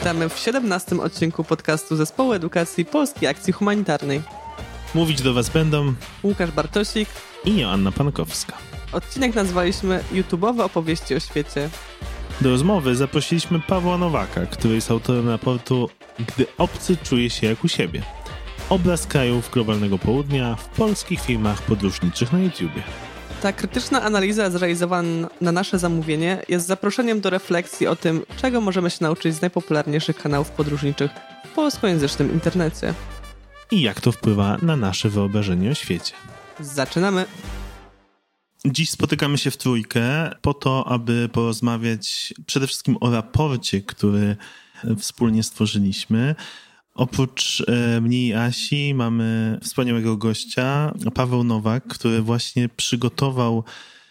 Witamy w 17. odcinku podcastu Zespołu Edukacji Polskiej Akcji Humanitarnej. Mówić do Was będą Łukasz Bartosik i Joanna Pankowska. Odcinek nazwaliśmy YouTube'owe opowieści o świecie. Do rozmowy zaprosiliśmy Pawła Nowaka, który jest autorem raportu Gdy obcy czuje się jak u siebie. Obraz krajów globalnego południa w polskich filmach podróżniczych na YouTubie. Ta krytyczna analiza zrealizowana na nasze zamówienie jest zaproszeniem do refleksji o tym, czego możemy się nauczyć z najpopularniejszych kanałów podróżniczych w polskojęzycznym internecie. I jak to wpływa na nasze wyobrażenie o świecie. Zaczynamy! Dziś spotykamy się w trójkę po to, aby porozmawiać przede wszystkim o raporcie, który wspólnie stworzyliśmy. Oprócz mnie i Asi mamy wspaniałego gościa, Paweł Nowak, który właśnie przygotował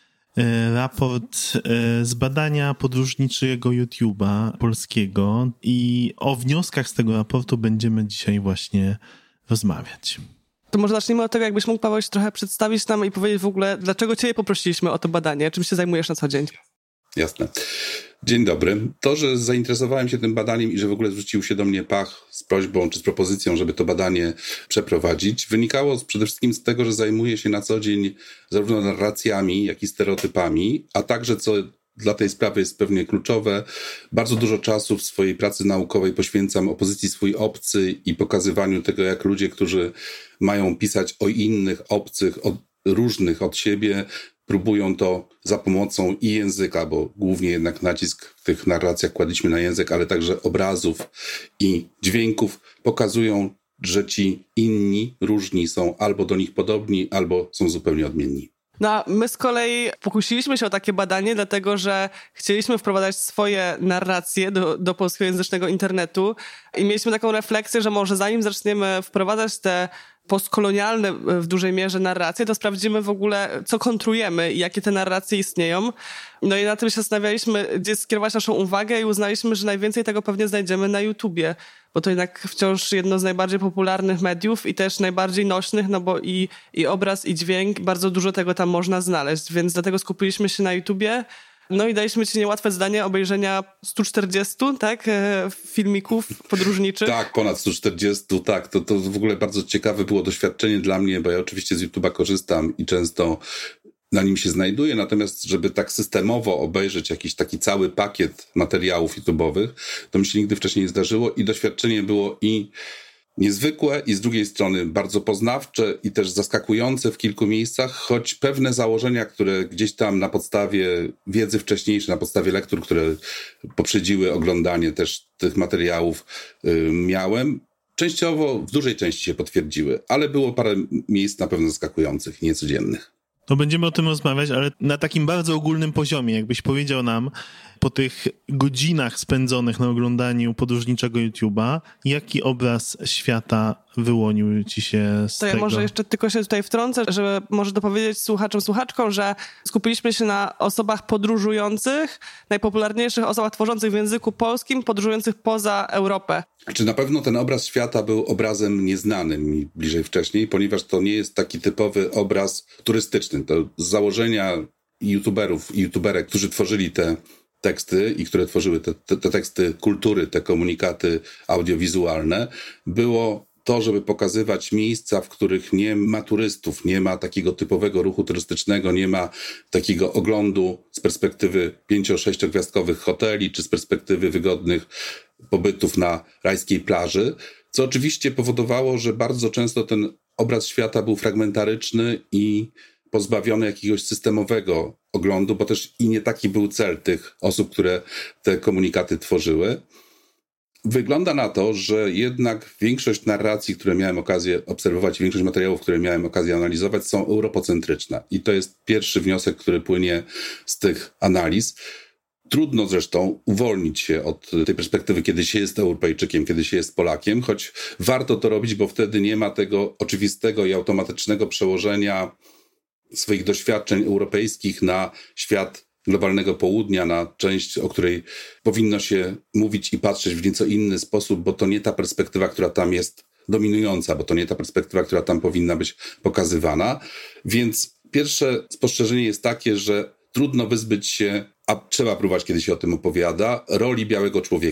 raport z badania podróżniczego YouTube'a polskiego i o wnioskach z tego raportu będziemy dzisiaj właśnie rozmawiać. To może zacznijmy od tego, jakbyś mógł, Paweł, się trochę przedstawić nam i powiedzieć w ogóle, dlaczego Ciebie poprosiliśmy o to badanie, czym się zajmujesz na co dzień. Jasne. Dzień dobry. To, że zainteresowałem się tym badaniem i że w ogóle zwrócił się do mnie Pach z prośbą czy z propozycją, żeby to badanie przeprowadzić, wynikało przede wszystkim z tego, że zajmuję się na co dzień zarówno narracjami, jak i stereotypami, a także, co dla tej sprawy jest pewnie kluczowe, bardzo dużo czasu w swojej pracy naukowej poświęcam opozycji swój obcy i pokazywaniu tego, jak ludzie, którzy mają pisać o innych, obcych, różnych od siebie, próbują to za pomocą i języka, bo głównie jednak nacisk w tych narracjach kładliśmy na język, ale także obrazów i dźwięków, pokazują, że ci inni, różni są albo do nich podobni, albo są zupełnie odmienni. No a my z kolei pokusiliśmy się o takie badanie, dlatego że chcieliśmy wprowadzać swoje narracje do polskojęzycznego internetu i mieliśmy taką refleksję, że może zanim zaczniemy wprowadzać te postkolonialne w dużej mierze narracje, to sprawdzimy w ogóle, co kontrujemy i jakie te narracje istnieją. No i na tym się zastanawialiśmy, gdzie skierować naszą uwagę i uznaliśmy, że najwięcej tego pewnie znajdziemy na YouTubie, bo to jednak wciąż jedno z najbardziej popularnych mediów i też najbardziej nośnych, no bo i obraz, i dźwięk, bardzo dużo tego tam można znaleźć, więc dlatego skupiliśmy się na YouTubie. No i daliśmy Ci niełatwe zadanie obejrzenia 140, tak, filmików podróżniczych. Tak, ponad 140, tak. To w ogóle bardzo ciekawe było doświadczenie dla mnie, bo ja oczywiście z YouTube'a korzystam i często na nim się znajduję, natomiast żeby tak systemowo obejrzeć jakiś taki cały pakiet materiałów YouTube'owych, to mi się nigdy wcześniej nie zdarzyło i doświadczenie było i niezwykłe i z drugiej strony bardzo poznawcze i też zaskakujące w kilku miejscach, choć pewne założenia, które gdzieś tam na podstawie wiedzy wcześniejszej, na podstawie lektur, które poprzedziły oglądanie też tych materiałów miałem, częściowo w dużej części się potwierdziły, ale było parę miejsc na pewno zaskakujących i niecodziennych. To będziemy o tym rozmawiać, ale na takim bardzo ogólnym poziomie, jakbyś powiedział nam po tych godzinach spędzonych na oglądaniu podróżniczego YouTube'a, jaki obraz świata wyłonił ci się z tego? To ja może jeszcze tylko się tutaj wtrącę, żeby może dopowiedzieć słuchaczom, słuchaczkom, że skupiliśmy się na osobach podróżujących, najpopularniejszych osobach tworzących w języku polskim, podróżujących poza Europę. Czy na pewno ten obraz świata był obrazem nieznanym mi bliżej wcześniej, ponieważ to nie jest taki typowy obraz turystyczny. To z założenia youtuberów i youtuberek, którzy tworzyli te teksty i które tworzyły te teksty kultury, te komunikaty audiowizualne, było to, żeby pokazywać miejsca, w których nie ma turystów, nie ma takiego typowego ruchu turystycznego, nie ma takiego oglądu z perspektywy 5-6 gwiazdkowych hoteli, czy z perspektywy wygodnych pobytów na rajskiej plaży, co oczywiście powodowało, że bardzo często ten obraz świata był fragmentaryczny i pozbawiony jakiegoś systemowego oglądu, bo też i nie taki był cel tych osób, które te komunikaty tworzyły. Wygląda na to, że jednak większość narracji, które miałem okazję obserwować, większość materiałów, które miałem okazję analizować, są europocentryczne. I to jest pierwszy wniosek, który płynie z tych analiz. Trudno zresztą uwolnić się od tej perspektywy, kiedy się jest Europejczykiem, kiedy się jest Polakiem, choć warto to robić, bo wtedy nie ma tego oczywistego i automatycznego przełożenia swoich doświadczeń europejskich na świat globalnego południa, na część, o której powinno się mówić i patrzeć w nieco inny sposób, bo to nie ta perspektywa, która tam jest dominująca, bo to nie ta perspektywa, która tam powinna być pokazywana. Więc pierwsze spostrzeżenie jest takie, że trudno wyzbyć się, a trzeba próbować, kiedy się o tym opowiada, roli białego człowieka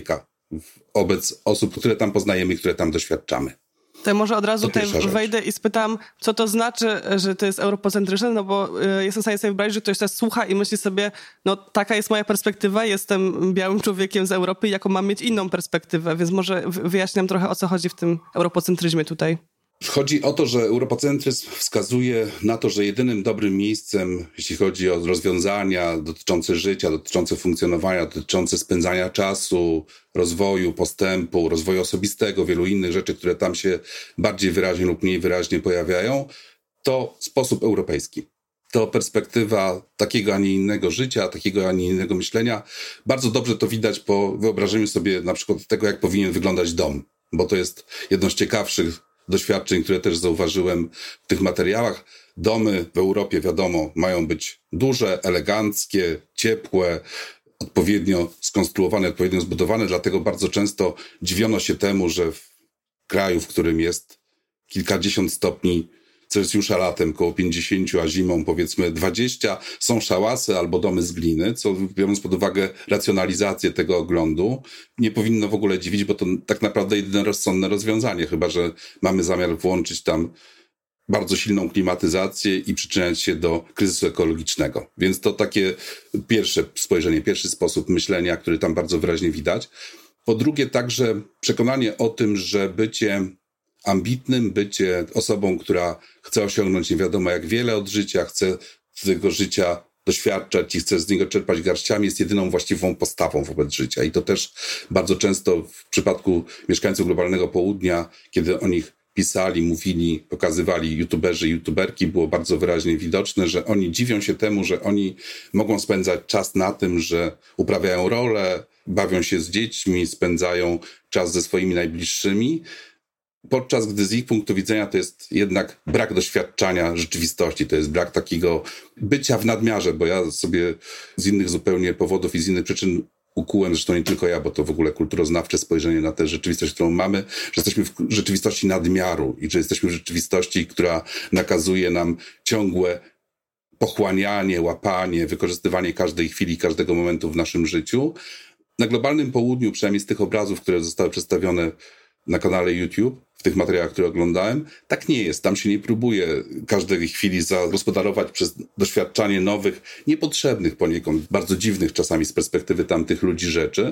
wobec osób, które tam poznajemy i które tam doświadczamy. To może od razu tutaj wejdę i spytam, co to znaczy, że to jest europocentryczne, no bo jestem w stanie sobie wyobrazić, że ktoś teraz słucha i myśli sobie, no taka jest moja perspektywa, jestem białym człowiekiem z Europy i jaką mam mieć inną perspektywę, więc może wyjaśniam trochę, o co chodzi w tym europocentryzmie tutaj. Chodzi o to, że europocentryzm wskazuje na to, że jedynym dobrym miejscem, jeśli chodzi o rozwiązania dotyczące życia, dotyczące funkcjonowania, dotyczące spędzania czasu, rozwoju, postępu, rozwoju osobistego, wielu innych rzeczy, które tam się bardziej wyraźnie lub mniej wyraźnie pojawiają, to sposób europejski. To perspektywa takiego, a nie innego życia, takiego, a nie innego myślenia. Bardzo dobrze to widać po wyobrażeniu sobie na przykład tego, jak powinien wyglądać dom, bo to jest jedno z ciekawszych doświadczeń, które też zauważyłem w tych materiałach. Domy w Europie, wiadomo, mają być duże, eleganckie, ciepłe, odpowiednio skonstruowane, odpowiednio zbudowane, dlatego bardzo często dziwiono się temu, że w kraju, w którym jest kilkadziesiąt stopni Celsjusza latem, koło 50, a zimą powiedzmy 20, są szałasy albo domy z gliny, co biorąc pod uwagę racjonalizację tego oglądu, nie powinno w ogóle dziwić, bo to tak naprawdę jedyne rozsądne rozwiązanie, chyba że mamy zamiar włączyć tam bardzo silną klimatyzację i przyczyniać się do kryzysu ekologicznego. Więc to takie pierwsze spojrzenie, pierwszy sposób myślenia, który tam bardzo wyraźnie widać. Po drugie także przekonanie o tym, że bycie ambitnym, bycie osobą, która chce osiągnąć nie wiadomo jak wiele od życia, chce tego życia doświadczać i chce z niego czerpać garściami, jest jedyną właściwą postawą wobec życia. I to też bardzo często w przypadku mieszkańców globalnego południa, kiedy o nich pisali, mówili, pokazywali youtuberzy i youtuberki, było bardzo wyraźnie widoczne, że oni dziwią się temu, że oni mogą spędzać czas na tym, że uprawiają rolę, bawią się z dziećmi, spędzają czas ze swoimi najbliższymi, podczas gdy z ich punktu widzenia to jest jednak brak doświadczania rzeczywistości, to jest brak takiego bycia w nadmiarze, bo ja sobie z innych zupełnie powodów i z innych przyczyn ukułem, zresztą nie tylko ja, bo to w ogóle kulturoznawcze spojrzenie na tę rzeczywistość, którą mamy, że jesteśmy w rzeczywistości nadmiaru i że jesteśmy w rzeczywistości, która nakazuje nam ciągłe pochłanianie, łapanie, wykorzystywanie każdej chwili, każdego momentu w naszym życiu. Na globalnym południu, przynajmniej z tych obrazów, które zostały przedstawione na kanale YouTube, w tych materiałach, które oglądałem, tak nie jest. Tam się nie próbuje każdej chwili zagospodarować przez doświadczanie nowych, niepotrzebnych poniekąd, bardzo dziwnych czasami z perspektywy tamtych ludzi rzeczy.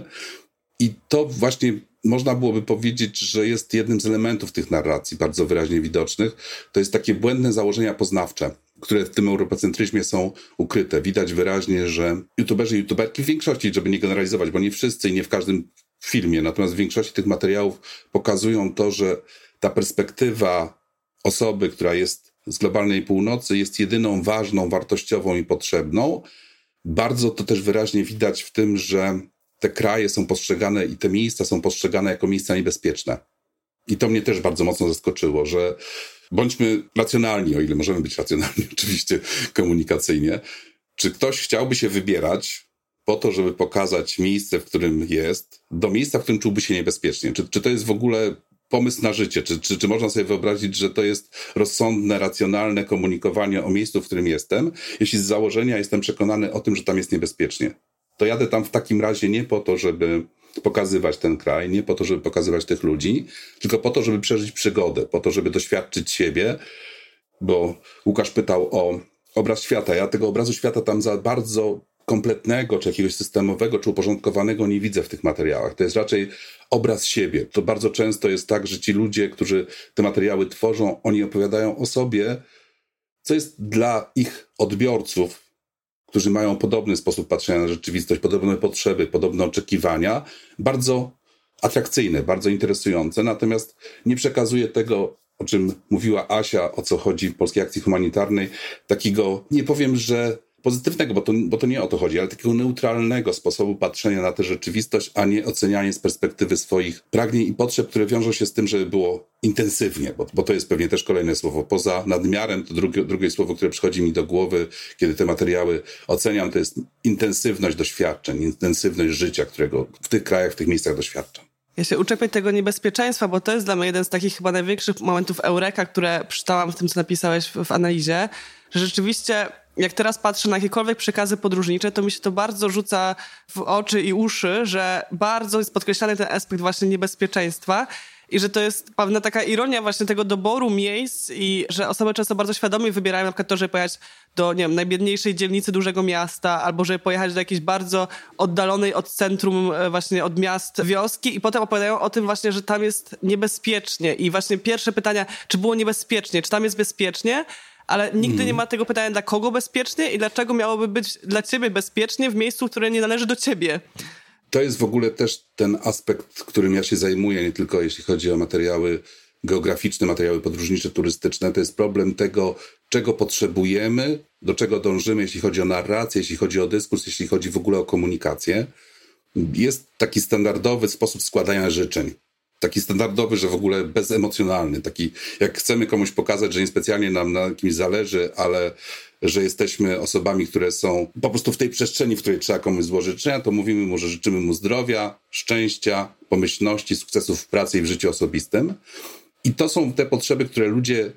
I to właśnie można byłoby powiedzieć, że jest jednym z elementów tych narracji bardzo wyraźnie widocznych. To jest takie błędne założenia poznawcze, które w tym europocentryzmie są ukryte. Widać wyraźnie, że youtuberzy i youtuberki w większości, żeby nie generalizować, bo nie wszyscy i nie w każdym filmie, natomiast w większości tych materiałów pokazują to, że ta perspektywa osoby, która jest z globalnej północy, jest jedyną ważną, wartościową i potrzebną. Bardzo to też wyraźnie widać w tym, że te kraje są postrzegane i te miejsca są postrzegane jako miejsca niebezpieczne. I to mnie też bardzo mocno zaskoczyło, że bądźmy racjonalni, o ile możemy być racjonalni oczywiście komunikacyjnie. Czy ktoś chciałby się wybierać po to, żeby pokazać miejsce, w którym jest, do miejsca, w którym czułby się niebezpiecznie? Czy to jest w ogóle pomysł na życie? Czy można sobie wyobrazić, że to jest rozsądne, racjonalne komunikowanie o miejscu, w którym jestem, jeśli z założenia jestem przekonany o tym, że tam jest niebezpiecznie? To jadę tam w takim razie nie po to, żeby pokazywać ten kraj, nie po to, żeby pokazywać tych ludzi, tylko po to, żeby przeżyć przygodę, po to, żeby doświadczyć siebie, bo Łukasz pytał o obraz świata. Ja tego obrazu świata tam za bardzo kompletnego, czy jakiegoś systemowego, czy uporządkowanego nie widzę w tych materiałach. To jest raczej obraz siebie. To bardzo często jest tak, że ci ludzie, którzy te materiały tworzą, oni opowiadają o sobie, co jest dla ich odbiorców, którzy mają podobny sposób patrzenia na rzeczywistość, podobne potrzeby, podobne oczekiwania, bardzo atrakcyjne, bardzo interesujące, natomiast nie przekazuje tego, o czym mówiła Asia, o co chodzi w Polskiej Akcji Humanitarnej, takiego, nie powiem, że pozytywnego, bo to nie o to chodzi, ale takiego neutralnego sposobu patrzenia na tę rzeczywistość, a nie ocenianie z perspektywy swoich pragnień i potrzeb, które wiążą się z tym, żeby było intensywnie, bo to jest pewnie też kolejne słowo. Poza nadmiarem, to drugie słowo, które przychodzi mi do głowy, kiedy te materiały oceniam, to jest intensywność doświadczeń, intensywność życia, którego w tych krajach, w tych miejscach doświadczam. Ja się uczepię tego niebezpieczeństwa, bo to jest dla mnie jeden z takich chyba największych momentów eureka, które przeczytałam w tym, co napisałeś w analizie, że rzeczywiście jak teraz patrzę na jakiekolwiek przekazy podróżnicze, to mi się to bardzo rzuca w oczy i uszy, że bardzo jest podkreślany ten aspekt właśnie niebezpieczeństwa i że to jest pewna taka ironia właśnie tego doboru miejsc i że osoby często bardzo świadomie wybierają na przykład to, żeby pojechać do, nie wiem, najbiedniejszej dzielnicy dużego miasta albo żeby pojechać do jakiejś bardzo oddalonej od centrum, właśnie od miast wioski i potem opowiadają o tym właśnie, że tam jest niebezpiecznie i właśnie pierwsze pytania, czy było niebezpiecznie, czy tam jest bezpiecznie, ale nigdy nie ma tego pytania, dla kogo bezpiecznie i dlaczego miałoby być dla ciebie bezpiecznie w miejscu, które nie należy do ciebie. To jest w ogóle też ten aspekt, którym ja się zajmuję, nie tylko jeśli chodzi o materiały geograficzne, materiały podróżnicze, turystyczne. To jest problem tego, czego potrzebujemy, do czego dążymy, jeśli chodzi o narrację, jeśli chodzi o dyskurs, jeśli chodzi w ogóle o komunikację. Jest taki standardowy sposób składania życzeń. Taki standardowy, że w ogóle bezemocjonalny. Taki, jak chcemy komuś pokazać, że niespecjalnie nam na kimś zależy, ale że jesteśmy osobami, które są po prostu w tej przestrzeni, w której trzeba komuś złożyć życzenia, to mówimy mu, że życzymy mu zdrowia, szczęścia, pomyślności, sukcesów w pracy i w życiu osobistym. I to są te potrzeby, które ludzie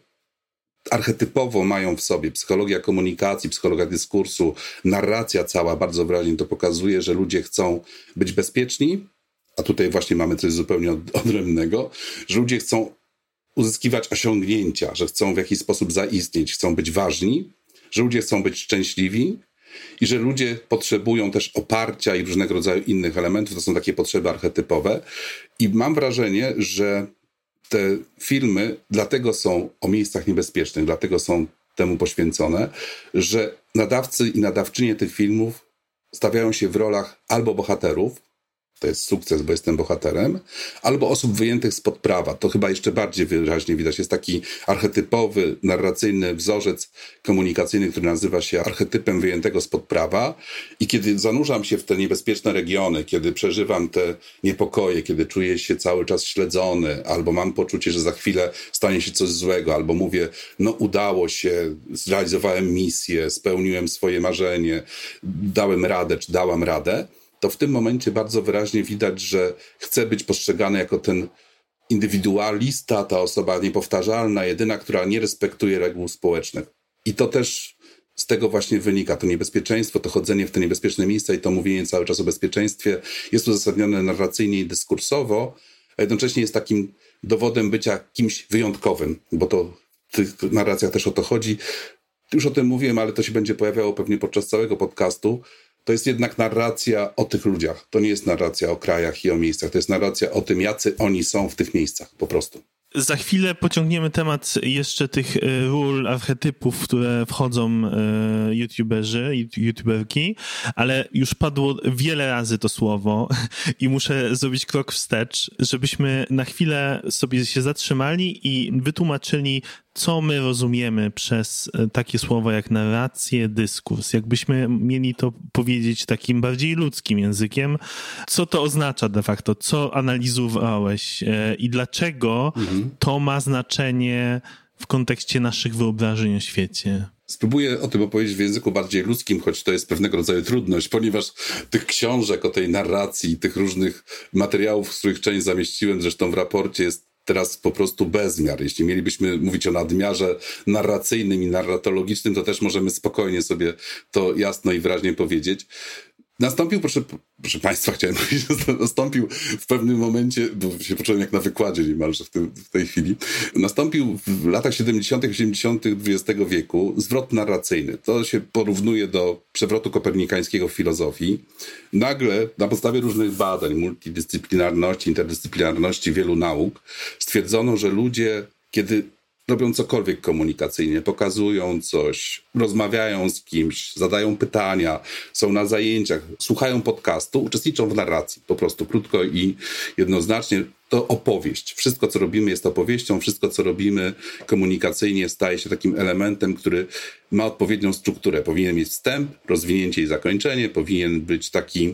archetypowo mają w sobie. Psychologia komunikacji, psychologia dyskursu, narracja cała bardzo wyraźnie to pokazuje, że ludzie chcą być bezpieczni, a tutaj właśnie mamy coś zupełnie odrębnego, że ludzie chcą uzyskiwać osiągnięcia, że chcą w jakiś sposób zaistnieć, chcą być ważni, że ludzie chcą być szczęśliwi i że ludzie potrzebują też oparcia i różnego rodzaju innych elementów. To są takie potrzeby archetypowe. I mam wrażenie, że te filmy dlatego są o miejscach niebezpiecznych, dlatego są temu poświęcone, że nadawcy i nadawczynie tych filmów stawiają się w rolach albo bohaterów, to jest sukces, bo jestem bohaterem, albo osób wyjętych spod prawa. To chyba jeszcze bardziej wyraźnie widać. Jest taki archetypowy, narracyjny wzorzec komunikacyjny, który nazywa się archetypem wyjętego spod prawa. I kiedy zanurzam się w te niebezpieczne regiony, kiedy przeżywam te niepokoje, kiedy czuję się cały czas śledzony, albo mam poczucie, że za chwilę stanie się coś złego, albo mówię, no udało się, zrealizowałem misję, spełniłem swoje marzenie, dałem radę, czy dałam radę, to w tym momencie bardzo wyraźnie widać, że chcę być postrzegany jako ten indywidualista, ta osoba niepowtarzalna, jedyna, która nie respektuje reguł społecznych. I to też z tego właśnie wynika. To niebezpieczeństwo, to chodzenie w te niebezpieczne miejsca i to mówienie cały czas o bezpieczeństwie jest uzasadnione narracyjnie i dyskursowo, a jednocześnie jest takim dowodem bycia kimś wyjątkowym, bo to w tych narracjach też o to chodzi. Już o tym mówiłem, ale to się będzie pojawiało pewnie podczas całego podcastu. To jest jednak narracja o tych ludziach. To nie jest narracja o krajach i o miejscach. To jest narracja o tym, jacy oni są w tych miejscach po prostu. Za chwilę pociągniemy temat jeszcze tych ról, archetypów, w które wchodzą youtuberzy i youtuberki, ale już padło wiele razy to słowo i muszę zrobić krok wstecz, żebyśmy na chwilę sobie się zatrzymali i wytłumaczyli, co my rozumiemy przez takie słowa jak narrację, dyskurs. Jakbyśmy mieli to powiedzieć takim bardziej ludzkim językiem, co to oznacza de facto, co analizowałeś i dlaczego to ma znaczenie w kontekście naszych wyobrażeń o świecie. Spróbuję o tym opowiedzieć w języku bardziej ludzkim, choć to jest pewnego rodzaju trudność, ponieważ tych książek o tej narracji, tych różnych materiałów, z których część zamieściłem zresztą w raporcie, jest teraz po prostu bezmiar. Jeśli mielibyśmy mówić o nadmiarze narracyjnym i narratologicznym, to też możemy spokojnie sobie to jasno i wyraźnie powiedzieć. Nastąpił, proszę Państwa, chciałem powiedzieć, nastąpił w pewnym momencie, bo się poczułem jak na wykładzie niemalże w tej chwili, nastąpił w latach 70., 80. XX wieku zwrot narracyjny. To się porównuje do przewrotu kopernikańskiego w filozofii. Nagle na podstawie różnych badań, multidyscyplinarności, interdyscyplinarności wielu nauk, stwierdzono, że ludzie, kiedy robią cokolwiek komunikacyjnie, pokazują coś, rozmawiają z kimś, zadają pytania, są na zajęciach, słuchają podcastu, uczestniczą w narracji. Po prostu krótko i jednoznacznie to opowieść. Wszystko, co robimy, jest opowieścią. Wszystko, co robimy komunikacyjnie, staje się takim elementem, który ma odpowiednią strukturę. Powinien mieć wstęp, rozwinięcie i zakończenie. Powinien być taki,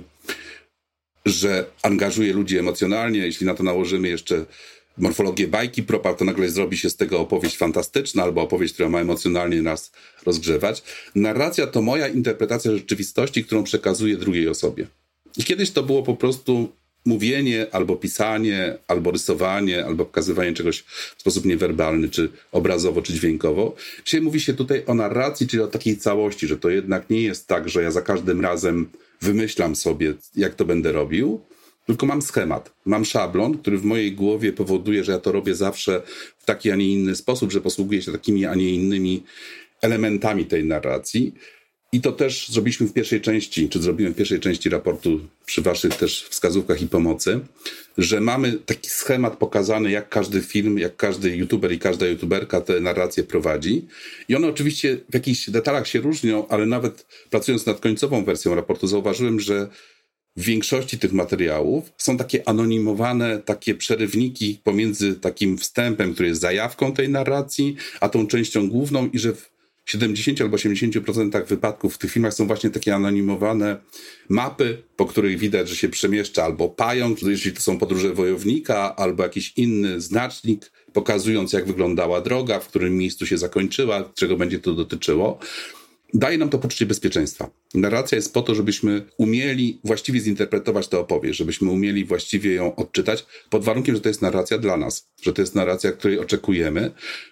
że angażuje ludzi emocjonalnie. Jeśli na to nałożymy jeszcze morfologię bajki propal, to nagle zrobi się z tego opowieść fantastyczna albo opowieść, która ma emocjonalnie nas rozgrzewać. Narracja to moja interpretacja rzeczywistości, którą przekazuję drugiej osobie. I kiedyś to było po prostu mówienie, albo pisanie, albo rysowanie, albo pokazywanie czegoś w sposób niewerbalny, czy obrazowo, czy dźwiękowo. Dzisiaj mówi się tutaj o narracji, czyli o takiej całości, że to jednak nie jest tak, że ja za każdym razem wymyślam sobie, jak to będę robił, tylko mam schemat, mam szablon, który w mojej głowie powoduje, że ja to robię zawsze w taki, a nie inny sposób, że posługuję się takimi, a nie innymi elementami tej narracji. I to też zrobiliśmy w pierwszej części, czy zrobiłem w pierwszej części raportu przy waszych też wskazówkach i pomocy, że mamy taki schemat pokazany, jak każdy film, jak każdy youtuber i każda youtuberka te narracje prowadzi. I one oczywiście w jakichś detalach się różnią, ale nawet pracując nad końcową wersją raportu zauważyłem, że w większości tych materiałów są takie anonimowane, takie przerywniki pomiędzy takim wstępem, który jest zajawką tej narracji, a tą częścią główną i że w 70 albo 80% wypadków w tych filmach są właśnie takie anonimowane mapy, po których widać, że się przemieszcza albo pająk, jeśli to są podróże wojownika, albo jakiś inny znacznik, pokazując, jak wyglądała droga, w którym miejscu się zakończyła, czego będzie to dotyczyło. Daje nam to poczucie bezpieczeństwa. Narracja jest po to, żebyśmy umieli właściwie zinterpretować tę opowieść, żebyśmy umieli właściwie ją odczytać, pod warunkiem, że to jest narracja dla nas, że to jest narracja, której oczekujemy,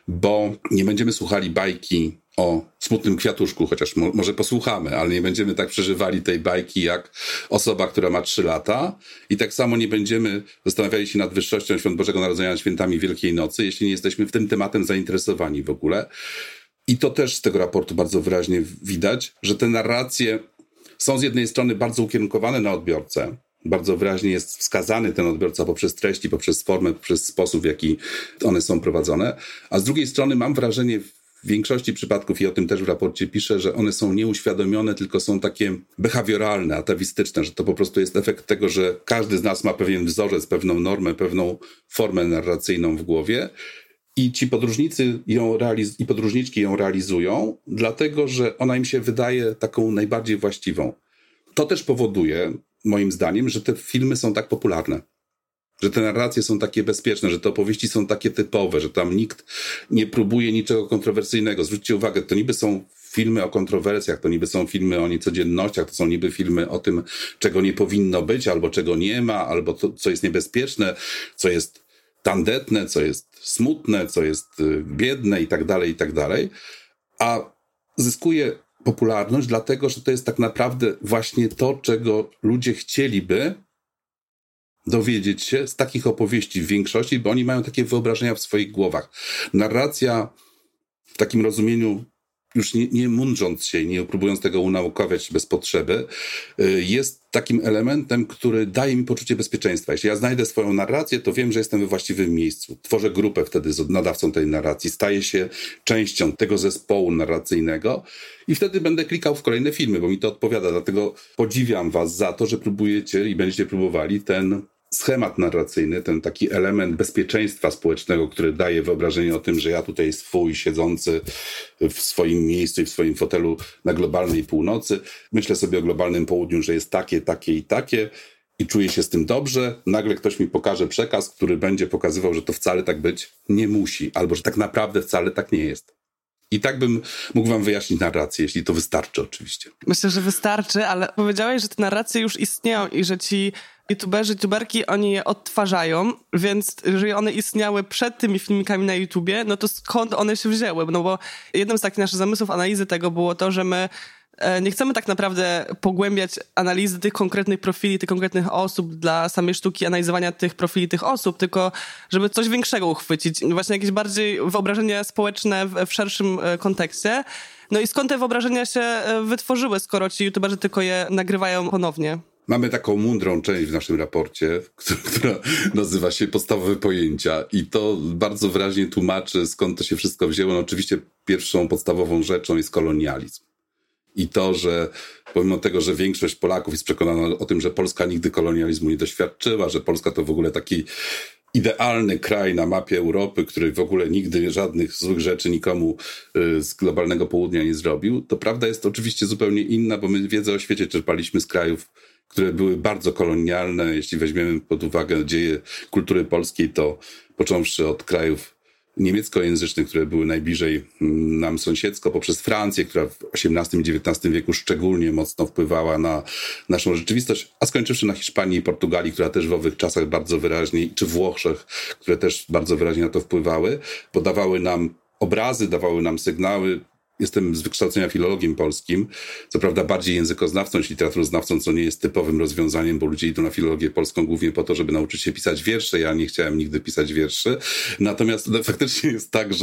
bo nie będziemy słuchali bajki o smutnym kwiatuszku, chociaż może posłuchamy, ale nie będziemy tak przeżywali tej bajki jak osoba, która ma 3 lata i tak samo nie będziemy zastanawiali się nad wyższością Świąt Bożego Narodzenia nad świętami Wielkiej Nocy, jeśli nie jesteśmy w tym tematem zainteresowani w ogóle. I to też z tego raportu bardzo wyraźnie widać, że te narracje są z jednej strony bardzo ukierunkowane na odbiorcę, bardzo wyraźnie jest wskazany ten odbiorca poprzez treści, poprzez formę, poprzez sposób, w jaki one są prowadzone, a z drugiej strony mam wrażenie w większości przypadków, i o tym też w raporcie piszę, że one są nieuświadomione, tylko są takie behawioralne, atawistyczne, że to po prostu jest efekt tego, że każdy z nas ma pewien wzorzec, pewną normę, pewną formę narracyjną w głowie. I ci podróżnicy i podróżniczki ją realizują, dlatego że ona im się wydaje taką najbardziej właściwą. To też powoduje, moim zdaniem, że te filmy są tak popularne. Że te narracje są takie bezpieczne, że te opowieści są takie typowe, że tam nikt nie próbuje niczego kontrowersyjnego. Zwróćcie uwagę, to niby są filmy o kontrowersjach, to niby są filmy o niecodziennościach, to są niby filmy o tym, czego nie powinno być, albo czego nie ma, albo to, co jest niebezpieczne, co jest tandetne, co jest smutne, co jest biedne i tak dalej, a zyskuje popularność dlatego, że to jest tak naprawdę właśnie to, czego ludzie chcieliby dowiedzieć się z takich opowieści w większości, bo oni mają takie wyobrażenia w swoich głowach. Narracja w takim rozumieniu, już nie mądrząc się, nie próbując tego unaukawiać bez potrzeby, jest takim elementem, który daje mi poczucie bezpieczeństwa. Jeśli ja znajdę swoją narrację, to wiem, że jestem we właściwym miejscu. Tworzę grupę wtedy z nadawcą tej narracji. Staję się częścią tego zespołu narracyjnego i wtedy będę klikał w kolejne filmy, bo mi to odpowiada. Dlatego podziwiam was za to, że próbujecie i będziecie próbowali ten schemat narracyjny, ten taki element bezpieczeństwa społecznego, który daje wyobrażenie o tym, że ja tutaj swój, siedzący w swoim miejscu i w swoim fotelu na globalnej północy, myślę sobie o globalnym południu, że jest takie i czuję się z tym dobrze. Nagle ktoś mi pokaże przekaz, który będzie pokazywał, że to wcale tak być nie musi, albo że tak naprawdę wcale tak nie jest. I tak bym mógł wam wyjaśnić narrację, jeśli to wystarczy oczywiście. Myślę, że wystarczy, ale powiedziałeś, że te narracje już istnieją i że ci youtuberki, oni je odtwarzają, więc jeżeli one istniały przed tymi filmikami na YouTubie, no to skąd one się wzięły? No bo jednym z takich naszych zamysłów analizy tego było to, że my nie chcemy tak naprawdę pogłębiać analizy tych konkretnych profili, tych konkretnych osób dla samej sztuki analizowania tych profili tych osób, tylko żeby coś większego uchwycić. Właśnie jakieś bardziej wyobrażenia społeczne w szerszym kontekście. No i skąd te wyobrażenia się wytworzyły, skoro ci youtuberzy tylko je nagrywają ponownie? Mamy taką mądrą część w naszym raporcie, która nazywa się Podstawowe pojęcia i to bardzo wyraźnie tłumaczy, skąd to się wszystko wzięło. No oczywiście pierwszą podstawową rzeczą jest kolonializm. I to, że pomimo tego, że większość Polaków jest przekonana o tym, że Polska nigdy kolonializmu nie doświadczyła, że Polska to w ogóle taki idealny kraj na mapie Europy, który w ogóle nigdy żadnych złych rzeczy nikomu z globalnego południa nie zrobił, to prawda jest oczywiście zupełnie inna, bo my wiedzę o świecie czerpaliśmy z krajów, które były bardzo kolonialne. Jeśli weźmiemy pod uwagę dzieje kultury polskiej, to począwszy od krajów niemieckojęzycznych, które były najbliżej nam sąsiedzko, poprzez Francję, która w XVIII i XIX wieku szczególnie mocno wpływała na naszą rzeczywistość, a skończywszy na Hiszpanii i Portugalii, która też w owych czasach bardzo wyraźnie, czy Włoszech, które też bardzo wyraźnie na to wpływały, podawały nam obrazy, dawały nam sygnały. Jestem z wykształcenia filologiem polskim, co prawda bardziej językoznawcą niż literaturoznawcą, co nie jest typowym rozwiązaniem, bo ludzie idą na filologię polską głównie po to, żeby nauczyć się pisać wiersze. Ja nie chciałem nigdy pisać wierszy. Natomiast faktycznie jest tak,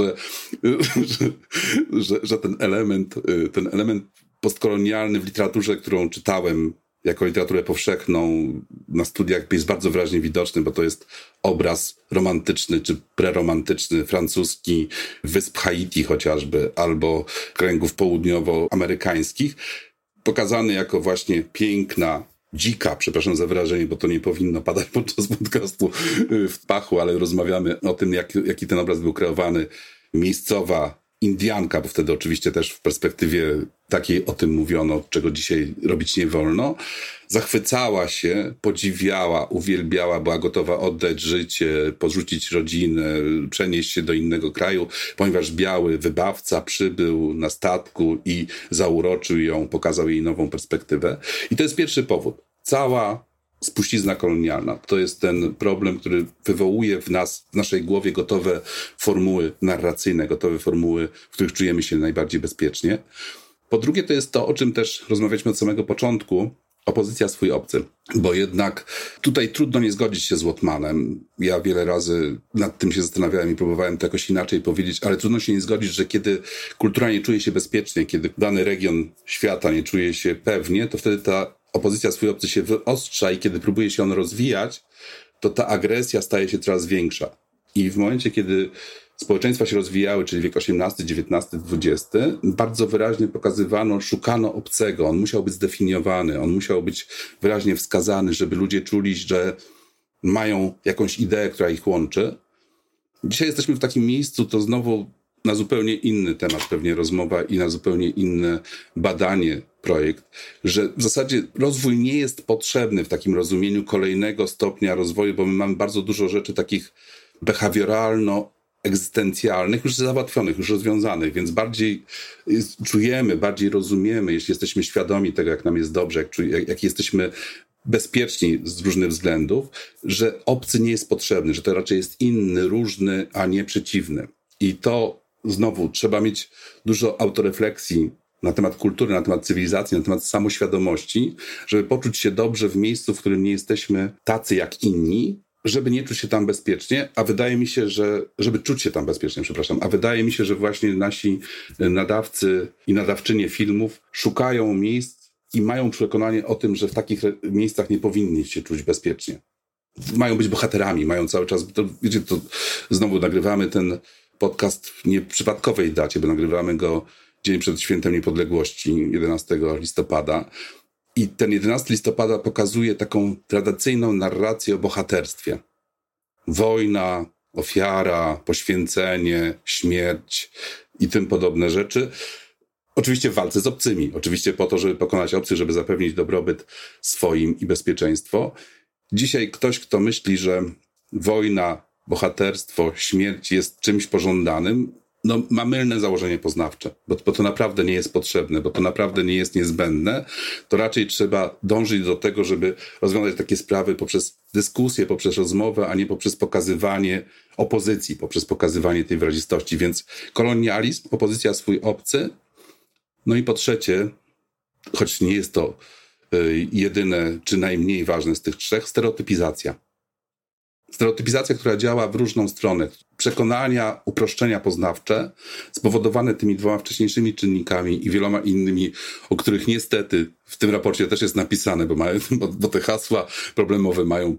że ten element postkolonialny w literaturze, którą czytałem jako literaturę powszechną na studiach, jest bardzo wyraźnie widoczny, bo to jest obraz romantyczny czy preromantyczny, francuski, wysp Haiti chociażby, albo kręgów południowoamerykańskich, pokazany jako właśnie piękna, dzika, przepraszam za wyrażenie, bo to nie powinno padać podczas podcastu w pachu, ale rozmawiamy o tym, jaki ten obraz był kreowany, miejscowa Indianka, bo wtedy oczywiście też w perspektywie takiej o tym mówiono, czego dzisiaj robić nie wolno, zachwycała się, podziwiała, uwielbiała, była gotowa oddać życie, porzucić rodzinę, przenieść się do innego kraju, ponieważ biały wybawca przybył na statku i zauroczył ją, pokazał jej nową perspektywę. I to jest pierwszy powód. Cała spuścizna kolonialna. To jest ten problem, który wywołuje w nas, w naszej głowie gotowe formuły narracyjne, gotowe formuły, w których czujemy się najbardziej bezpiecznie. Po drugie, to jest to, o czym też rozmawialiśmy od samego początku, opozycja swój obcy. Bo jednak tutaj trudno nie zgodzić się z Łotmanem. Ja wiele razy nad tym się zastanawiałem i próbowałem to jakoś inaczej powiedzieć, ale trudno się nie zgodzić, że kiedy kultura nie czuje się bezpiecznie, kiedy dany region świata nie czuje się pewnie, to wtedy ta opozycja swój obcy się wyostrza i kiedy próbuje się on rozwijać, to ta agresja staje się coraz większa. I w momencie, kiedy społeczeństwa się rozwijały, czyli wiek XVIII, XIX, XX, bardzo wyraźnie pokazywano, szukano obcego. On musiał być zdefiniowany, on musiał być wyraźnie wskazany, żeby ludzie czuli, że mają jakąś ideę, która ich łączy. Dzisiaj jesteśmy w takim miejscu, to znowu na zupełnie inny temat pewnie rozmowa i na zupełnie inne badanie projekt, że w zasadzie rozwój nie jest potrzebny w takim rozumieniu kolejnego stopnia rozwoju, bo my mamy bardzo dużo rzeczy takich behawioralno-egzystencjalnych, już załatwionych, już rozwiązanych, więc bardziej czujemy, bardziej rozumiemy, jeśli jesteśmy świadomi tego, jak nam jest dobrze, jak jesteśmy bezpieczni z różnych względów, że obcy nie jest potrzebny, że to raczej jest inny, różny, a nie przeciwny. I to znowu trzeba mieć dużo autorefleksji na temat kultury, na temat cywilizacji, na temat samoświadomości, żeby poczuć się dobrze w miejscu, w którym nie jesteśmy tacy jak inni, żeby nie czuć się tam bezpiecznie, a wydaje mi się, żeby czuć się tam bezpiecznie, a wydaje mi się, że właśnie nasi nadawcy i nadawczynie filmów szukają miejsc i mają przekonanie o tym, że w takich miejscach nie powinni się czuć bezpiecznie. Mają być bohaterami, mają cały czas, to znowu nagrywamy ten podcast w nieprzypadkowej dacie, bo nagrywamy go dzień przed Świętem Niepodległości, 11 listopada. I ten 11 listopada pokazuje taką tradycyjną narrację o bohaterstwie. Wojna, ofiara, poświęcenie, śmierć i tym podobne rzeczy. Oczywiście w walce z obcymi. Oczywiście po to, żeby pokonać obcych, żeby zapewnić dobrobyt swoim i bezpieczeństwo. Dzisiaj ktoś, kto myśli, że wojna, bohaterstwo, śmierć jest czymś pożądanym, ma mylne założenie poznawcze, bo to naprawdę nie jest potrzebne, bo to naprawdę nie jest niezbędne, to raczej trzeba dążyć do tego, żeby rozwiązać takie sprawy poprzez dyskusję, poprzez rozmowę, a nie poprzez pokazywanie opozycji, poprzez pokazywanie tej wyrazistości. Więc kolonializm, opozycja swój obcy, no i po trzecie, choć nie jest to jedyne czy najmniej ważne z tych trzech, stereotypizacja. Stereotypizacja, która działa w różną stronę. Przekonania, uproszczenia poznawcze spowodowane tymi dwoma wcześniejszymi czynnikami i wieloma innymi, o których niestety w tym raporcie też jest napisane, bo te hasła problemowe mają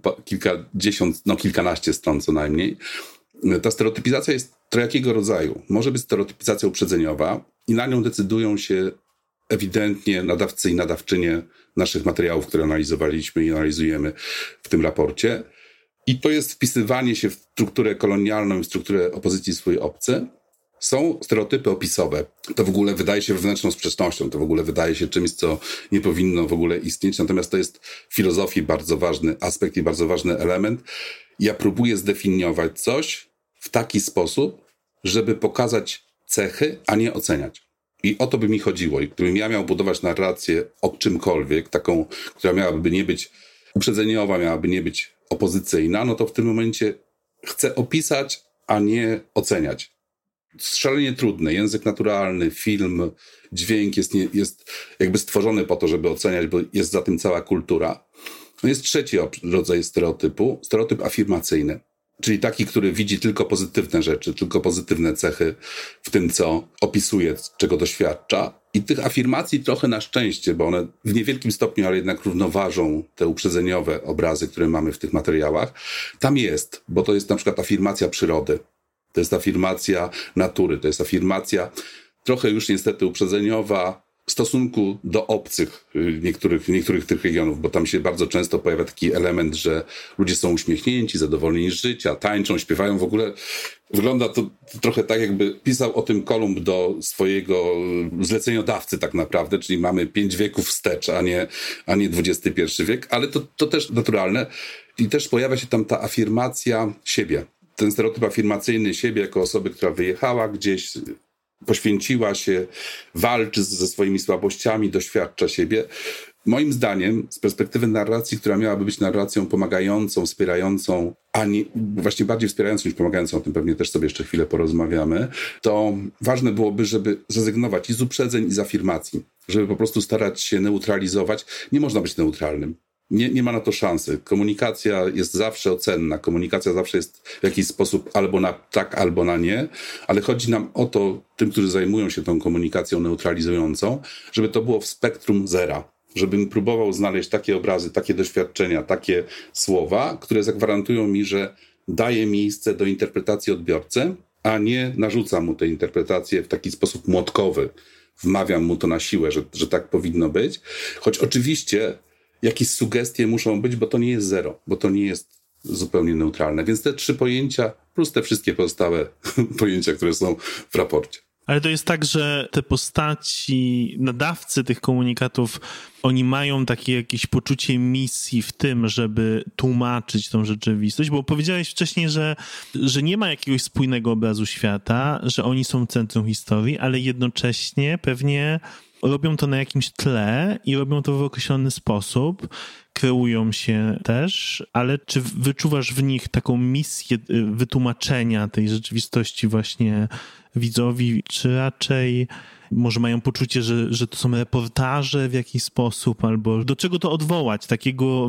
kilkanaście stron co najmniej. Ta stereotypizacja jest trojakiego rodzaju. Może być stereotypizacja uprzedzeniowa i na nią decydują się ewidentnie nadawcy i nadawczynie naszych materiałów, które analizowaliśmy i analizujemy w tym raporcie. I to jest wpisywanie się w strukturę kolonialną i w strukturę opozycji swojej obcy. Są stereotypy opisowe. To w ogóle wydaje się wewnętrzną sprzecznością. To w ogóle wydaje się czymś, co nie powinno w ogóle istnieć. Natomiast to jest w filozofii bardzo ważny aspekt i bardzo ważny element. Ja próbuję zdefiniować coś w taki sposób, żeby pokazać cechy, a nie oceniać. I o to by mi chodziło. I gdybym ja miał budować narrację o czymkolwiek, taką, która miałaby nie być uprzedzeniowa, miałaby nie być opozycyjna, no to w tym momencie chcę opisać, a nie oceniać. Szalenie trudne. Język naturalny, film, dźwięk jest jakby stworzony po to, żeby oceniać, bo jest za tym cała kultura. No jest trzeci rodzaj stereotypu, stereotyp afirmacyjny. Czyli taki, który widzi tylko pozytywne rzeczy, tylko pozytywne cechy w tym, co opisuje, czego doświadcza. I tych afirmacji trochę na szczęście, bo one w niewielkim stopniu, ale jednak równoważą te uprzedzeniowe obrazy, które mamy w tych materiałach. Tam jest, bo to jest na przykład afirmacja przyrody. To jest afirmacja natury, to jest afirmacja trochę już niestety uprzedzeniowa w stosunku do obcych niektórych tych regionów, bo tam się bardzo często pojawia taki element, że ludzie są uśmiechnięci, zadowoleni z życia, tańczą, śpiewają. W ogóle wygląda to trochę tak, jakby pisał o tym Kolumb do swojego zleceniodawcy tak naprawdę, czyli mamy 5 wieków wstecz, a nie XXI wiek, ale to też naturalne. I też pojawia się tam ta afirmacja siebie. Ten stereotyp afirmacyjny siebie jako osoby, która wyjechała gdzieś, poświęciła się, walczy ze swoimi słabościami, doświadcza siebie. Moim zdaniem, z perspektywy narracji, która miałaby być narracją pomagającą, wspierającą, a nie, właśnie bardziej wspierającą niż pomagającą, o tym pewnie też sobie jeszcze chwilę porozmawiamy, to ważne byłoby, żeby zrezygnować i z uprzedzeń, i z afirmacji. Żeby po prostu starać się neutralizować. Nie można być neutralnym. Nie ma na to szansy. Komunikacja jest zawsze ocenna. Komunikacja zawsze jest w jakiś sposób albo na tak, albo na nie, ale chodzi nam o to, tym, którzy zajmują się tą komunikacją neutralizującą, żeby to było w spektrum zera. Żebym próbował znaleźć takie obrazy, takie doświadczenia, takie słowa, które zagwarantują mi, że daje miejsce do interpretacji odbiorcy, a nie narzucam mu tę interpretację w taki sposób młotkowy. Wmawiam mu to na siłę, że tak powinno być. Choć oczywiście jakieś sugestie muszą być, bo to nie jest zero, bo to nie jest zupełnie neutralne. Więc te 3 pojęcia plus te wszystkie pozostałe pojęcia, które są w raporcie. Ale to jest tak, że te postaci, nadawcy tych komunikatów, oni mają takie jakieś poczucie misji w tym, żeby tłumaczyć tą rzeczywistość, bo powiedziałeś wcześniej, że nie ma jakiegoś spójnego obrazu świata, że oni są centrum historii, ale jednocześnie pewnie robią to na jakimś tle i robią to w określony sposób, kreują się też, ale czy wyczuwasz w nich taką misję wytłumaczenia tej rzeczywistości właśnie widzowi, czy raczej może mają poczucie, że to są reportaże w jakiś sposób, albo do czego to odwołać, takiego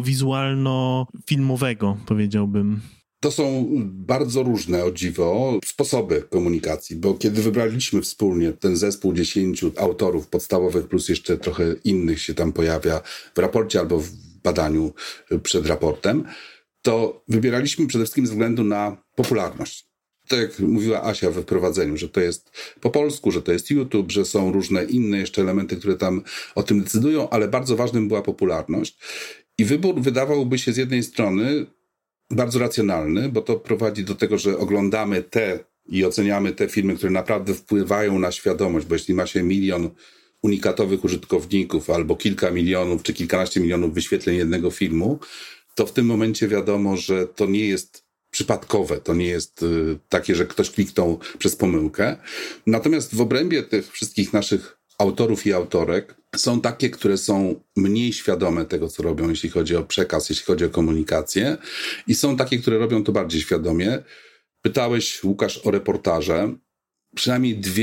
wizualno-filmowego, powiedziałbym? To są bardzo różne, o dziwo, sposoby komunikacji, bo kiedy wybraliśmy wspólnie ten zespół 10 autorów podstawowych, plus jeszcze trochę innych się tam pojawia w raporcie albo w badaniu przed raportem, to wybieraliśmy przede wszystkim ze względu na popularność. Tak jak mówiła Asia we wprowadzeniu, że to jest po polsku, że to jest YouTube, że są różne inne jeszcze elementy, które tam o tym decydują, ale bardzo ważnym była popularność. I wybór wydawałby się z jednej strony bardzo racjonalny, bo to prowadzi do tego, że oglądamy i oceniamy te filmy, które naprawdę wpływają na świadomość, bo jeśli ma się 1 milion unikatowych użytkowników albo kilka milionów czy kilkanaście milionów wyświetleń jednego filmu, to w tym momencie wiadomo, że to nie jest przypadkowe, to nie jest takie, że ktoś kliknął przez pomyłkę. Natomiast w obrębie tych wszystkich naszych autorów i autorek są takie, które są mniej świadome tego, co robią, jeśli chodzi o przekaz, jeśli chodzi o komunikację, i są takie, które robią to bardziej świadomie. Pytałeś, Łukasz, o reportaże. Przynajmniej 2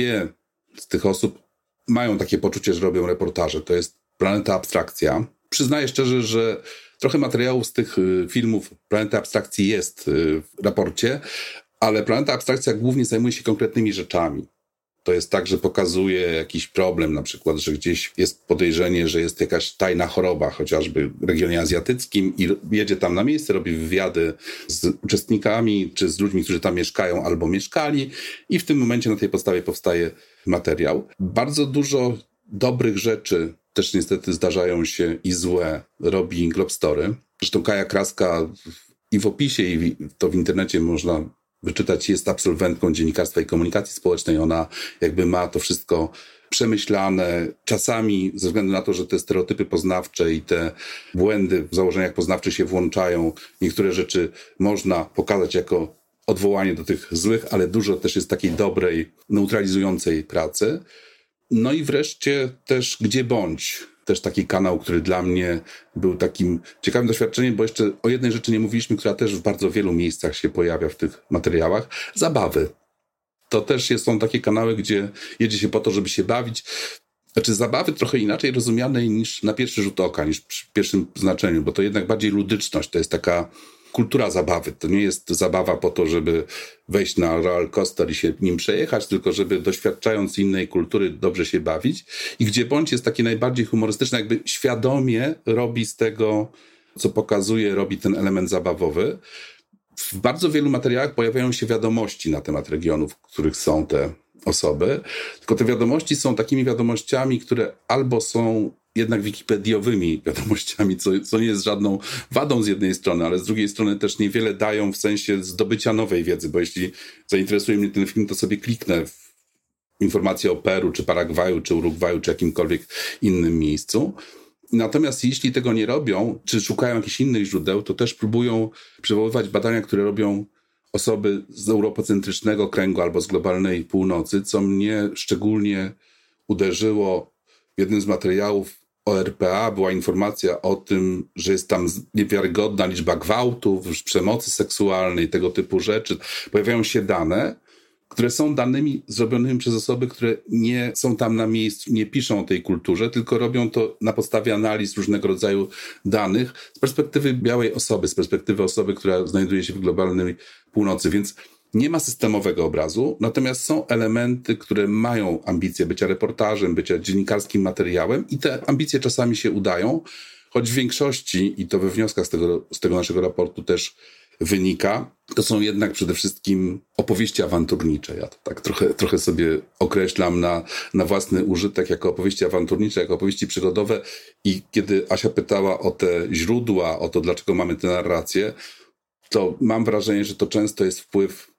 z tych osób mają takie poczucie, że robią reportaże. To jest Planeta Abstrakcja. Przyznaję szczerze, że trochę materiałów z tych filmów Planety Abstrakcji jest w raporcie, ale Planeta Abstrakcja głównie zajmuje się konkretnymi rzeczami. To jest tak, że pokazuje jakiś problem, na przykład, że gdzieś jest podejrzenie, że jest jakaś tajna choroba, chociażby w regionie azjatyckim, i jedzie tam na miejsce, robi wywiady z uczestnikami, czy z ludźmi, którzy tam mieszkają albo mieszkali, i w tym momencie na tej podstawie powstaje materiał. Bardzo dużo dobrych rzeczy też niestety zdarzają się i złe robi Globstory. Zresztą Kaja Kraska i w opisie, i to w internecie można wyczytać, jest absolwentką dziennikarstwa i komunikacji społecznej. Ona jakby ma to wszystko przemyślane. Czasami ze względu na to, że te stereotypy poznawcze i te błędy w założeniach poznawczych się włączają, niektóre rzeczy można pokazać jako odwołanie do tych złych, ale dużo też jest takiej dobrej, neutralizującej pracy. No i wreszcie też Gdzie bądź. Też taki kanał, który dla mnie był takim ciekawym doświadczeniem, bo jeszcze o jednej rzeczy nie mówiliśmy, która też w bardzo wielu miejscach się pojawia w tych materiałach. Zabawy. To też są takie kanały, gdzie jedzie się po to, żeby się bawić. Znaczy zabawy trochę inaczej rozumianej niż na pierwszy rzut oka, niż przy pierwszym znaczeniu, bo to jednak bardziej ludyczność, to jest taka kultura zabawy. To nie jest zabawa po to, żeby wejść na roller coaster i się nim przejechać, tylko żeby doświadczając innej kultury dobrze się bawić. I Gdzie bądź jest takie najbardziej humorystyczne, jakby świadomie robi z tego, co pokazuje, robi ten element zabawowy. W bardzo wielu materiałach pojawiają się wiadomości na temat regionów, w których są te osoby. Tylko te wiadomości są takimi wiadomościami, które albo są jednak wikipediowymi wiadomościami, co nie jest żadną wadą z jednej strony, ale z drugiej strony też niewiele dają w sensie zdobycia nowej wiedzy, bo jeśli zainteresuje mnie ten film, to sobie kliknę w informacje o Peru, czy Paragwaju, czy Urugwaju, czy jakimkolwiek innym miejscu. Natomiast jeśli tego nie robią, czy szukają jakichś innych źródeł, to też próbują przywoływać badania, które robią osoby z europocentrycznego kręgu albo z globalnej północy, co mnie szczególnie uderzyło. W jednym z materiałów o RPA była informacja o tym, że jest tam niewiarygodna liczba gwałtów, przemocy seksualnej, tego typu rzeczy. Pojawiają się dane, które są danymi zrobionymi przez osoby, które nie są tam na miejscu, nie piszą o tej kulturze, tylko robią to na podstawie analiz różnego rodzaju danych z perspektywy białej osoby, z perspektywy osoby, która znajduje się w globalnej północy. Więc nie ma systemowego obrazu, natomiast są elementy, które mają ambicje bycia reportażem, bycia dziennikarskim materiałem i te ambicje czasami się udają, choć w większości, i to we wnioskach z tego naszego raportu też wynika, to są jednak przede wszystkim opowieści awanturnicze. Ja to tak trochę sobie określam na własny użytek jako opowieści awanturnicze, jako opowieści przygodowe. I kiedy Asia pytała o te źródła, o to, dlaczego mamy te narracje, to mam wrażenie, że to często jest wpływ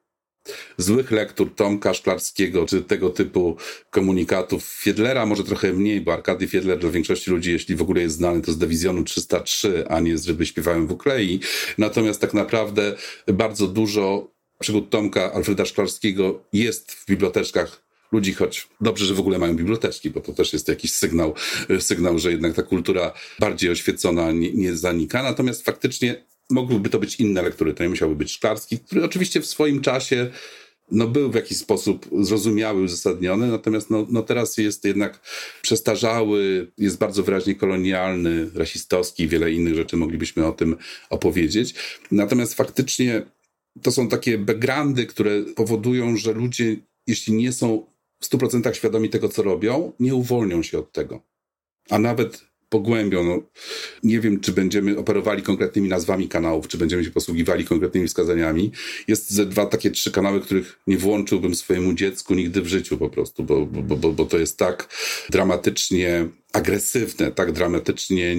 złych lektur Tomka Szklarskiego, czy tego typu komunikatów Fiedlera, może trochę mniej, bo Arkady Fiedler dla większości ludzi, jeśli w ogóle jest znany, to z Dywizjonu 303, a nie z Ryby śpiewają w uklei. Natomiast tak naprawdę bardzo dużo przygód Tomka Alfreda Szklarskiego jest w biblioteczkach ludzi, choć dobrze, że w ogóle mają biblioteczki, bo to też jest jakiś sygnał, że jednak ta kultura bardziej oświecona nie zanika. Natomiast faktycznie mogłyby to być inne lektury, to nie musiałby być Szklarski, który oczywiście w swoim czasie był w jakiś sposób zrozumiały, uzasadniony, natomiast teraz jest jednak przestarzały, jest bardzo wyraźnie kolonialny, rasistowski i wiele innych rzeczy moglibyśmy o tym opowiedzieć. Natomiast faktycznie to są takie backgroundy, które powodują, że ludzie, jeśli nie są w 100% świadomi tego, co robią, nie uwolnią się od tego. A nawet pogłębią. Nie wiem, czy będziemy operowali konkretnymi nazwami kanałów, czy będziemy się posługiwali konkretnymi wskazaniami. Jest ze 2-3 kanały, których nie włączyłbym swojemu dziecku nigdy w życiu po prostu, bo to jest tak dramatycznie agresywne, tak dramatycznie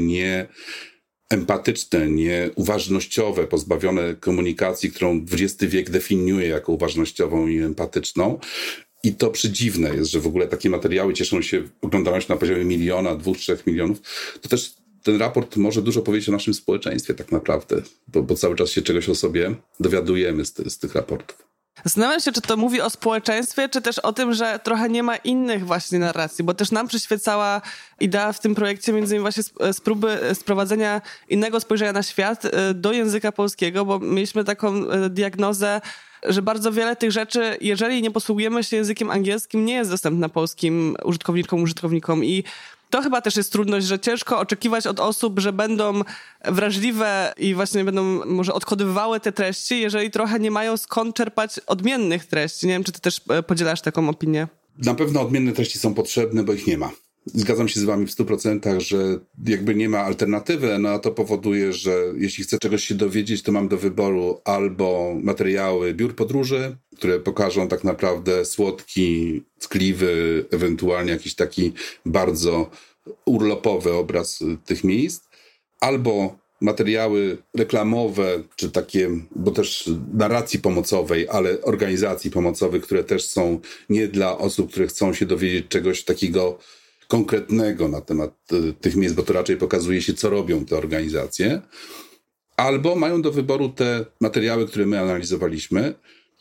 empatyczne, nieuważnościowe, pozbawione komunikacji, którą XX wiek definiuje jako uważnościową i empatyczną. I to przedziwne jest, że w ogóle takie materiały cieszą się oglądalnością na poziomie 1, 2, 3 milionów. To też ten raport może dużo powiedzieć o naszym społeczeństwie tak naprawdę, bo cały czas się czegoś o sobie dowiadujemy z tych raportów. Zastanawiam się, czy to mówi o społeczeństwie, czy też o tym, że trochę nie ma innych właśnie narracji, bo też nam przyświecała idea w tym projekcie między innymi właśnie z próby sprowadzenia innego spojrzenia na świat do języka polskiego, bo mieliśmy taką diagnozę, że bardzo wiele tych rzeczy, jeżeli nie posługujemy się językiem angielskim, nie jest dostępne polskim użytkownikom i to chyba też jest trudność, że ciężko oczekiwać od osób, że będą wrażliwe i właśnie będą może odkodywały te treści, jeżeli trochę nie mają skąd czerpać odmiennych treści. Nie wiem, czy ty też podzielasz taką opinię? Na pewno odmienne treści są potrzebne, bo ich nie ma. Zgadzam się z wami w 100%, że jakby nie ma alternatywy, a to powoduje, że jeśli chcę czegoś się dowiedzieć, to mam do wyboru albo materiały biur podróży, które pokażą tak naprawdę słodki, tkliwy, ewentualnie jakiś taki bardzo urlopowy obraz tych miejsc, albo materiały reklamowe, czy takie, bo też narracji pomocowej, ale organizacji pomocowych, które też są nie dla osób, które chcą się dowiedzieć czegoś takiego konkretnego na temat tych miejsc, bo to raczej pokazuje się, co robią te organizacje. Albo mają do wyboru te materiały, które my analizowaliśmy,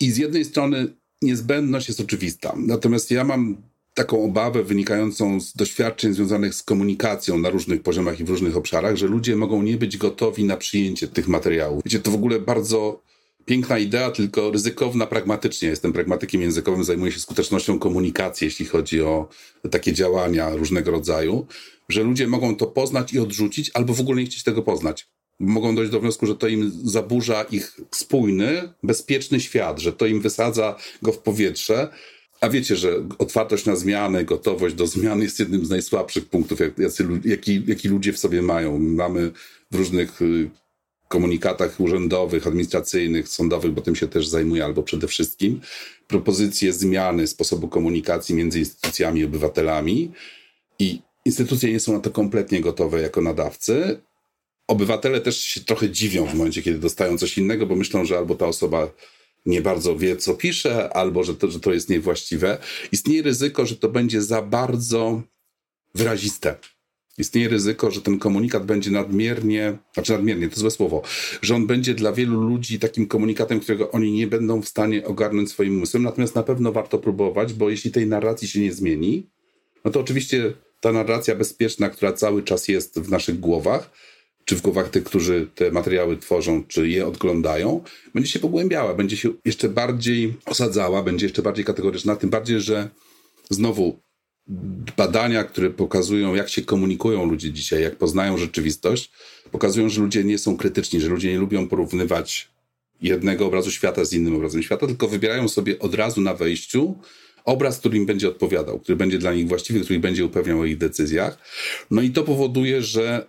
I z jednej strony niezbędność jest oczywista. Natomiast ja mam taką obawę wynikającą z doświadczeń związanych z komunikacją na różnych poziomach i w różnych obszarach, że ludzie mogą nie być gotowi na przyjęcie tych materiałów. Wiecie, to w ogóle bardzo piękna idea, tylko ryzykowna pragmatycznie. Jestem pragmatykiem językowym, zajmuję się skutecznością komunikacji, jeśli chodzi o takie działania różnego rodzaju, że ludzie mogą to poznać i odrzucić, albo w ogóle nie chcieć tego poznać. Mogą dojść do wniosku, że to im zaburza ich spójny, bezpieczny świat, że to im wysadza go w powietrze. A wiecie, że otwartość na zmiany, gotowość do zmian jest jednym z najsłabszych punktów, jaki ludzie w sobie mają. Mamy w różnych komunikatach urzędowych, administracyjnych, sądowych, bo tym się też zajmuję, albo przede wszystkim, propozycje zmiany sposobu komunikacji między instytucjami i obywatelami. I instytucje nie są na to kompletnie gotowe jako nadawcy. Obywatele też się trochę dziwią w momencie, kiedy dostają coś innego, bo myślą, że albo ta osoba nie bardzo wie, co pisze, albo że to jest niewłaściwe. Istnieje ryzyko, że to będzie za bardzo wyraziste. Istnieje ryzyko, że ten komunikat będzie nadmiernie, to złe słowo, że on będzie dla wielu ludzi takim komunikatem, którego oni nie będą w stanie ogarnąć swoim umysłem. Natomiast na pewno warto próbować, bo jeśli tej narracji się nie zmieni, no to oczywiście ta narracja bezpieczna, która cały czas jest w naszych głowach, czy w głowach tych, którzy te materiały tworzą, czy je oglądają, będzie się pogłębiała, będzie się jeszcze bardziej osadzała, będzie jeszcze bardziej kategoryczna, tym bardziej, że znowu badania, które pokazują, jak się komunikują ludzie dzisiaj, jak poznają rzeczywistość, pokazują, że ludzie nie są krytyczni, że ludzie nie lubią porównywać jednego obrazu świata z innym obrazem świata, tylko wybierają sobie od razu na wejściu obraz, który im będzie odpowiadał, który będzie dla nich właściwy, który ich będzie upewniał o ich decyzjach. No i to powoduje, że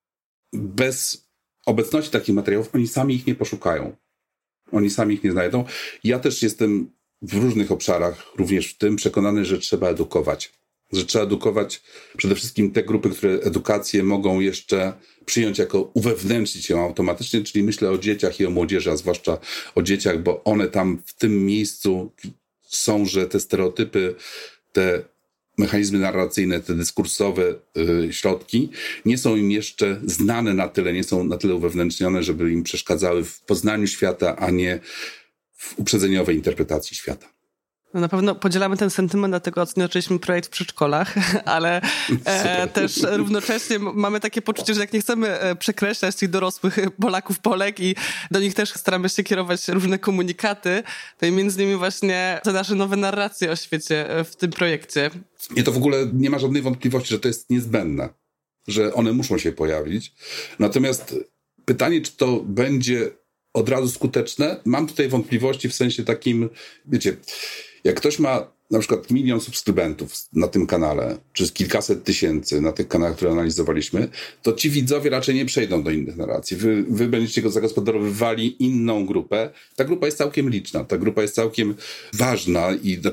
bez obecności takich materiałów oni sami ich nie poszukają. Oni sami ich nie znajdą. Ja też jestem w różnych obszarach, również w tym, przekonany, że trzeba edukować. Że trzeba edukować przede wszystkim te grupy, które edukację mogą jeszcze przyjąć jako uwewnętrznić ją automatycznie, czyli myślę o dzieciach i o młodzieży, a zwłaszcza o dzieciach, bo one tam w tym miejscu są, że te stereotypy, te mechanizmy narracyjne, te dyskursowe środki nie są im jeszcze znane na tyle, nie są na tyle uwewnętrznione, żeby im przeszkadzały w poznaniu świata, a nie w uprzedzeniowej interpretacji świata. No na pewno podzielamy ten sentyment, dlatego ostatnio zaczęliśmy projekt w przedszkolach, ale też równocześnie mamy takie poczucie, że jak nie chcemy przekreślać tych dorosłych Polaków, Polek i do nich też staramy się kierować różne komunikaty, to i między innymi właśnie te nasze nowe narracje o świecie w tym projekcie. I to w ogóle nie ma żadnej wątpliwości, że to jest niezbędne, że one muszą się pojawić. Natomiast pytanie, czy to będzie od razu skuteczne, mam tutaj wątpliwości w sensie takim, wiecie, jak ktoś ma na przykład 1 milion subskrybentów na tym kanale, czy kilkaset tysięcy na tych kanałach, które analizowaliśmy, to ci widzowie raczej nie przejdą do innych narracji. Wy będziecie go zagospodarowywali inną grupę. Ta grupa jest całkiem liczna, ta grupa jest całkiem ważna,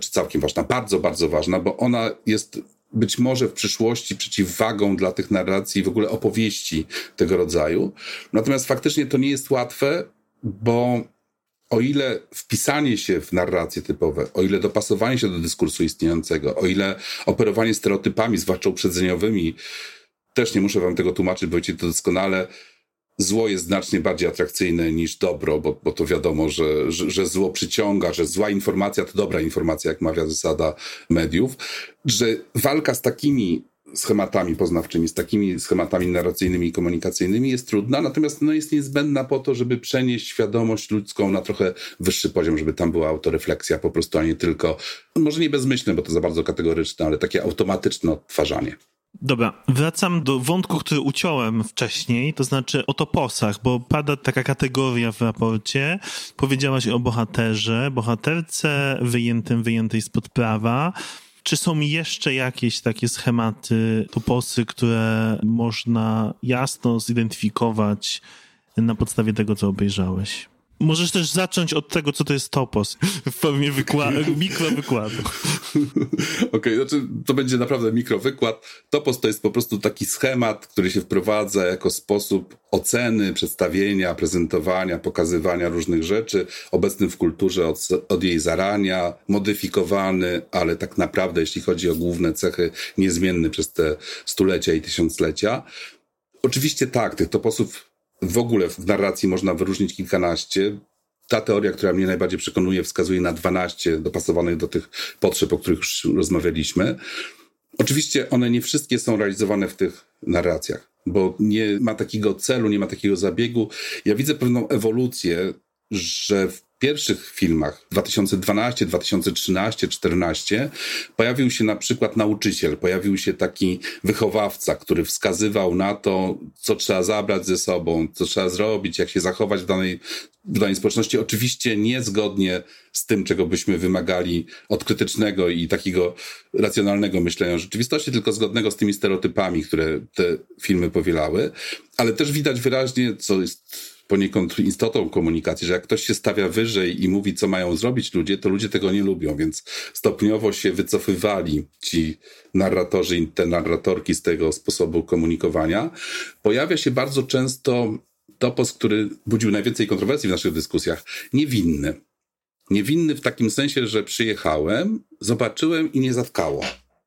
bardzo, bardzo ważna, bo ona jest być może w przyszłości przeciwwagą dla tych narracji, w ogóle opowieści tego rodzaju. Natomiast faktycznie to nie jest łatwe, bo o ile wpisanie się w narracje typowe, o ile dopasowanie się do dyskursu istniejącego, o ile operowanie stereotypami, zwłaszcza uprzedzeniowymi, też nie muszę wam tego tłumaczyć, bo wiecie to doskonale, zło jest znacznie bardziej atrakcyjne niż dobro, bo to wiadomo, że zło przyciąga, że zła informacja to dobra informacja, jak mawia zasada mediów, że walka z takimi schematami poznawczymi, z takimi schematami narracyjnymi i komunikacyjnymi jest trudna, natomiast jest niezbędna po to, żeby przenieść świadomość ludzką na trochę wyższy poziom, żeby tam była autorefleksja po prostu, a nie tylko, może nie bezmyślne, bo to za bardzo kategoryczne, ale takie automatyczne odtwarzanie. Dobra, wracam do wątku, który uciąłem wcześniej, to znaczy o toposach, bo pada taka kategoria w raporcie. Powiedziałaś o bohaterce wyjętej spod prawa. Czy są jeszcze jakieś takie schematy, toposy, które można jasno zidentyfikować na podstawie tego, co obejrzałeś? Możesz też zacząć od tego, co to jest topos w formie mikrowykładu. Okej, znaczy to będzie naprawdę mikrowykład. Topos to jest po prostu taki schemat, który się wprowadza jako sposób oceny, przedstawienia, prezentowania, pokazywania różnych rzeczy, obecny w kulturze od jej zarania, modyfikowany, ale tak naprawdę, jeśli chodzi o główne cechy, niezmienny przez te stulecia i tysiąclecia. Oczywiście tak, tych toposów w ogóle w narracji można wyróżnić kilkanaście. ta teoria, która mnie najbardziej przekonuje, wskazuje na 12 dopasowanych do tych potrzeb, o których już rozmawialiśmy. Oczywiście one nie wszystkie są realizowane w tych narracjach, bo nie ma takiego celu, nie ma takiego zabiegu. Ja widzę pewną ewolucję, że w pierwszych filmach 2012, 2013, 2014 pojawił się na przykład nauczyciel, pojawił się taki wychowawca, który wskazywał na to, co trzeba zabrać ze sobą, co trzeba zrobić, jak się zachować w danej społeczności. Oczywiście niezgodnie z tym, czego byśmy wymagali od krytycznego i takiego racjonalnego myślenia o rzeczywistości, tylko zgodnego z tymi stereotypami, które te filmy powielały. Ale też widać wyraźnie, co jest poniekąd istotą komunikacji, że jak ktoś się stawia wyżej i mówi, co mają zrobić ludzie, to ludzie tego nie lubią, więc stopniowo się wycofywali ci narratorzy i te narratorki z tego sposobu komunikowania. Pojawia się bardzo często topos, który budził najwięcej kontrowersji w naszych dyskusjach, niewinny. Niewinny w takim sensie, że przyjechałem, zobaczyłem i nie zatkało.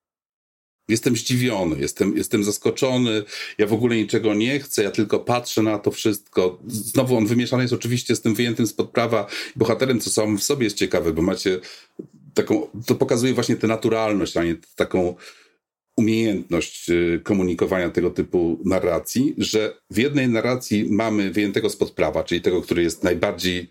Jestem zdziwiony, jestem zaskoczony, ja w ogóle niczego nie chcę, ja tylko patrzę na to wszystko. Znowu on wymieszany jest oczywiście z tym wyjętym spod prawa bohaterem, co sam w sobie jest ciekawe, bo macie taką, to pokazuje właśnie tę naturalność, a nie taką umiejętność komunikowania tego typu narracji, że w jednej narracji mamy wyjętego spod prawa, czyli tego, który jest najbardziej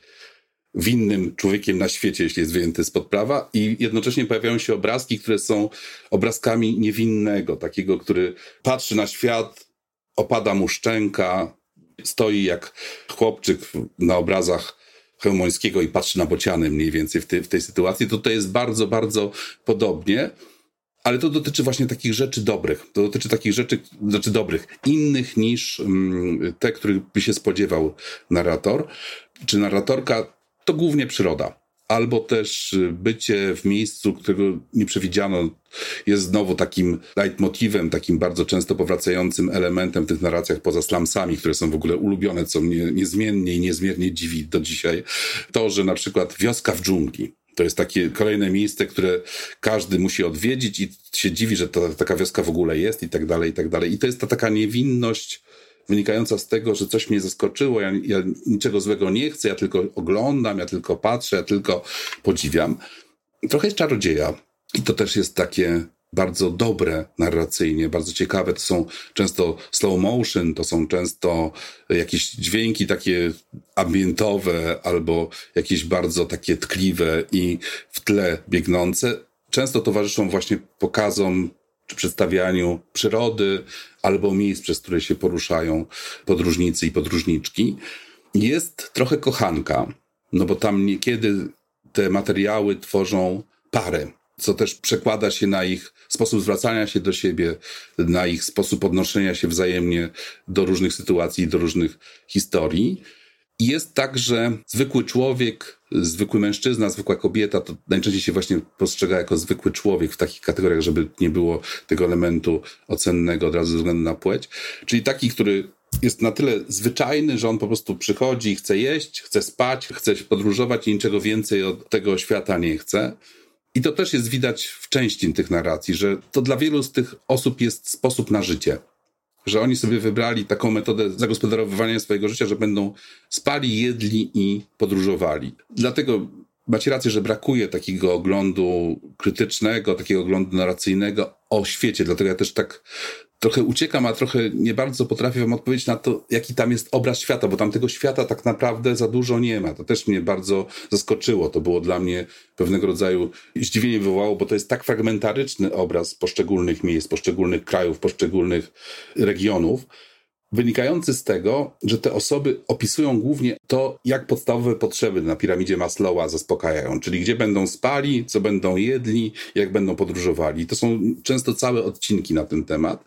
winnym człowiekiem na świecie, jeśli jest wyjęty spod prawa, i jednocześnie pojawiają się obrazki, które są obrazkami niewinnego, takiego, który patrzy na świat, opada mu szczęka, stoi jak chłopczyk na obrazach Chełmońskiego i patrzy na bociany mniej więcej w tej sytuacji. To jest bardzo, bardzo podobnie, ale to dotyczy właśnie takich rzeczy dobrych. To dotyczy takich rzeczy dobrych, innych niż te, których by się spodziewał narrator czy narratorka. To głównie przyroda. Albo też bycie w miejscu, którego nie przewidziano, jest znowu takim leitmotivem, takim bardzo często powracającym elementem w tych narracjach poza slumsami, które są w ogóle ulubione, co mnie niezmiennie i niezmiernie dziwi do dzisiaj. To, że na przykład wioska w dżungli to jest takie kolejne miejsce, które każdy musi odwiedzić i się dziwi, że taka wioska w ogóle jest i tak dalej, i tak dalej. I to jest ta taka niewinność wynikająca z tego, że coś mnie zaskoczyło, ja niczego złego nie chcę, ja tylko oglądam, ja tylko patrzę, ja tylko podziwiam. Trochę jest czarodzieja i to też jest takie bardzo dobre narracyjnie, bardzo ciekawe. To są często slow motion, to są często jakieś dźwięki takie ambientowe albo jakieś bardzo takie tkliwe i w tle biegnące. Często towarzyszą właśnie pokazom czy przedstawianiu przyrody albo miejsc, przez które się poruszają podróżnicy i podróżniczki. Jest trochę kochanka, no bo tam niekiedy te materiały tworzą parę, co też przekłada się na ich sposób zwracania się do siebie, na ich sposób odnoszenia się wzajemnie do różnych sytuacji, do różnych historii. I jest tak, że zwykły człowiek, zwykły mężczyzna, zwykła kobieta, to najczęściej się właśnie postrzega jako zwykły człowiek w takich kategoriach, żeby nie było tego elementu ocennego od razu ze względu na płeć. Czyli taki, który jest na tyle zwyczajny, że on po prostu przychodzi, chce jeść, chce spać, chce podróżować i niczego więcej od tego świata nie chce. I to też jest widać w części tych narracji, że to dla wielu z tych osób jest sposób na życie. Że oni sobie wybrali taką metodę zagospodarowywania swojego życia, że będą spali, jedli i podróżowali. Dlatego macie rację, że brakuje takiego oglądu krytycznego, takiego oglądu narracyjnego o świecie. Dlatego ja też tak trochę uciekam, a trochę nie bardzo potrafię wam odpowiedzieć na to, jaki tam jest obraz świata, bo tam tego świata tak naprawdę za dużo nie ma. To też mnie bardzo zaskoczyło. To było dla mnie pewnego rodzaju zdziwienie wywołało, bo to jest tak fragmentaryczny obraz poszczególnych miejsc, poszczególnych krajów, poszczególnych regionów, wynikający z tego, że te osoby opisują głównie to, jak podstawowe potrzeby na piramidzie Maslowa zaspokajają, czyli gdzie będą spali, co będą jedli, jak będą podróżowali. To są często całe odcinki na ten temat.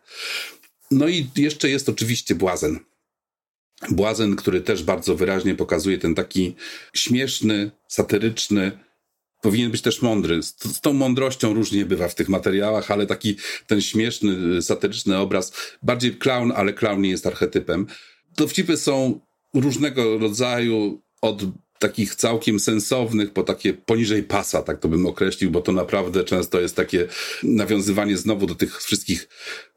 No i jeszcze jest oczywiście błazen. Błazen, który też bardzo wyraźnie pokazuje ten taki śmieszny, satyryczny, powinien być też mądry. Z tą mądrością różnie bywa w tych materiałach, ale taki ten śmieszny, satyryczny obraz, bardziej klaun, ale klaun nie jest archetypem. Dowcipy są różnego rodzaju, od takich całkiem sensownych po takie poniżej pasa, tak to bym określił, bo to naprawdę często jest takie nawiązywanie znowu do tych wszystkich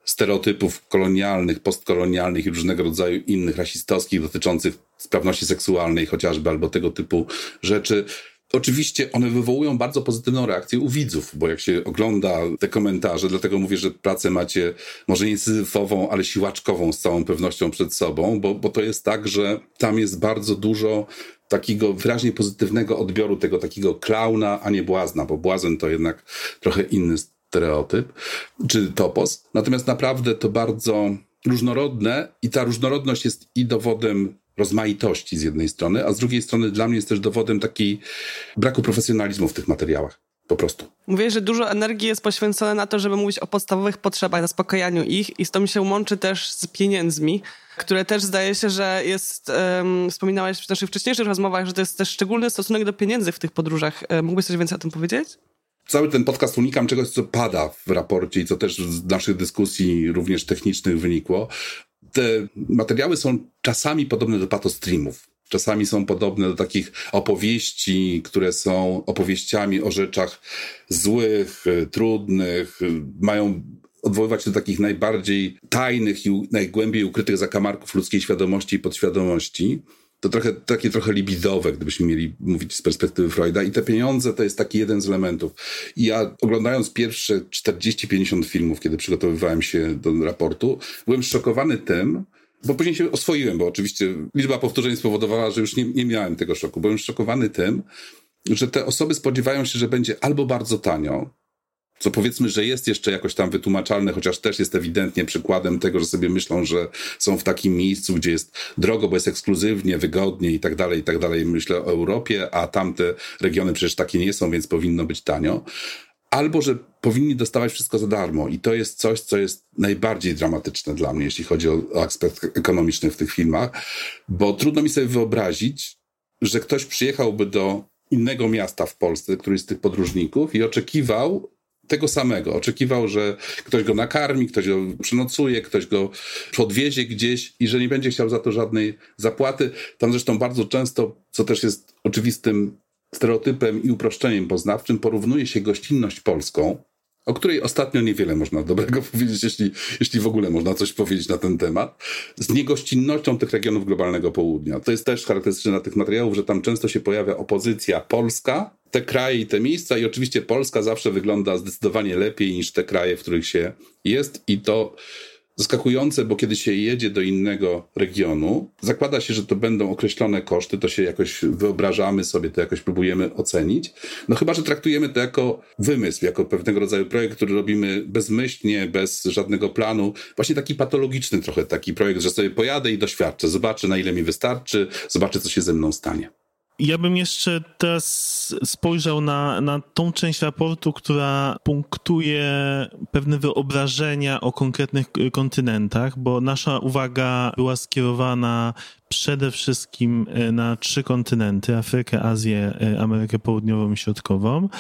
stereotypów kolonialnych, postkolonialnych i różnego rodzaju innych rasistowskich dotyczących sprawności seksualnej chociażby, albo tego typu rzeczy. Oczywiście one wywołują bardzo pozytywną reakcję u widzów, bo jak się ogląda te komentarze, dlatego mówię, że pracę macie może nie syzyfową, ale siłaczkową z całą pewnością przed sobą, bo to jest tak, że tam jest bardzo dużo takiego wyraźnie pozytywnego odbioru tego takiego klauna, a nie błazna, bo błazen to jednak trochę inny stereotyp, czy topos. Natomiast naprawdę to bardzo różnorodne i ta różnorodność jest i dowodem rozmaitości z jednej strony, a z drugiej strony dla mnie jest też dowodem takiej braku profesjonalizmu w tych materiałach. Po prostu. Mówię, że dużo energii jest poświęcone na to, żeby mówić o podstawowych potrzebach, zaspokajaniu ich i z tym się łączy też z pieniędzmi, które też zdaje się, że jest, wspominałeś w naszych wcześniejszych rozmowach, że to jest też szczególny stosunek do pieniędzy w tych podróżach. Mógłbyś coś więcej o tym powiedzieć? Cały ten podcast unikam czegoś, co pada w raporcie i co też z naszych dyskusji również technicznych wynikło. Te materiały są czasami podobne do patostreamów. Czasami są podobne do takich opowieści, które są opowieściami o rzeczach złych, trudnych, mają odwoływać się do takich najbardziej tajnych i najgłębiej ukrytych zakamarków ludzkiej świadomości i podświadomości. To takie trochę libidowe, gdybyśmy mieli mówić z perspektywy Freuda. I te pieniądze to jest taki jeden z elementów. I ja oglądając pierwsze 40-50 filmów, kiedy przygotowywałem się do raportu, byłem szokowany tym, bo później się oswoiłem, bo oczywiście liczba powtórzeń spowodowała, że już nie miałem tego szoku. Byłem szokowany tym, że te osoby spodziewają się, że będzie albo bardzo tanio, co powiedzmy, że jest jeszcze jakoś tam wytłumaczalne, chociaż też jest ewidentnie przykładem tego, że sobie myślą, że są w takim miejscu, gdzie jest drogo, bo jest ekskluzywnie, wygodnie i tak dalej, i tak dalej. Myślę o Europie, a tamte regiony przecież takie nie są, więc powinno być tanio. Albo, że powinni dostawać wszystko za darmo. I to jest coś, co jest najbardziej dramatyczne dla mnie, jeśli chodzi o aspekt ekonomiczny w tych filmach, bo trudno mi sobie wyobrazić, że ktoś przyjechałby do innego miasta w Polsce, któryś z tych podróżników i oczekiwał tego samego. Oczekiwał, że ktoś go nakarmi, ktoś go przenocuje, ktoś go podwiezie gdzieś i że nie będzie chciał za to żadnej zapłaty. Tam zresztą bardzo często, co też jest oczywistym stereotypem i uproszczeniem poznawczym, porównuje się gościnność polską, o której ostatnio niewiele można dobrego powiedzieć, jeśli w ogóle można coś powiedzieć na ten temat, z niegościnnością tych regionów globalnego południa. To jest też charakterystyczne dla tych materiałów, że tam często się pojawia opozycja polska, te kraje i te miejsca i oczywiście Polska zawsze wygląda zdecydowanie lepiej niż te kraje, w których się jest i to zaskakujące, bo kiedy się jedzie do innego regionu, zakłada się, że to będą określone koszty, to się jakoś wyobrażamy sobie, to jakoś próbujemy ocenić. No chyba, że traktujemy to jako wymysł, jako pewnego rodzaju projekt, który robimy bezmyślnie, bez żadnego planu. Właśnie taki patologiczny trochę taki projekt, że sobie pojadę i doświadczę, zobaczę na ile mi wystarczy, zobaczę co się ze mną stanie. Ja bym jeszcze teraz spojrzał na tą część raportu, która punktuje pewne wyobrażenia o konkretnych kontynentach, bo nasza uwaga była skierowana przede wszystkim na 3 kontynenty: Afrykę, Azję, Amerykę Południową i Środkową.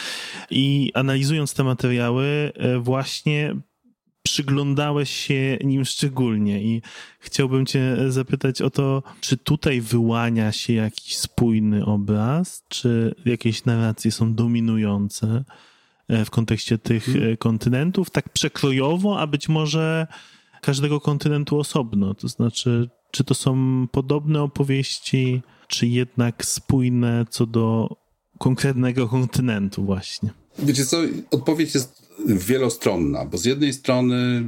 I analizując te materiały właśnie przyglądałeś się nim szczególnie i chciałbym cię zapytać o to, czy tutaj wyłania się jakiś spójny obraz, czy jakieś narracje są dominujące w kontekście tych kontynentów, tak przekrojowo, a być może każdego kontynentu osobno, to znaczy, czy to są podobne opowieści, czy jednak spójne co do konkretnego kontynentu właśnie? Wiecie co, odpowiedź jest wielostronna, bo z jednej strony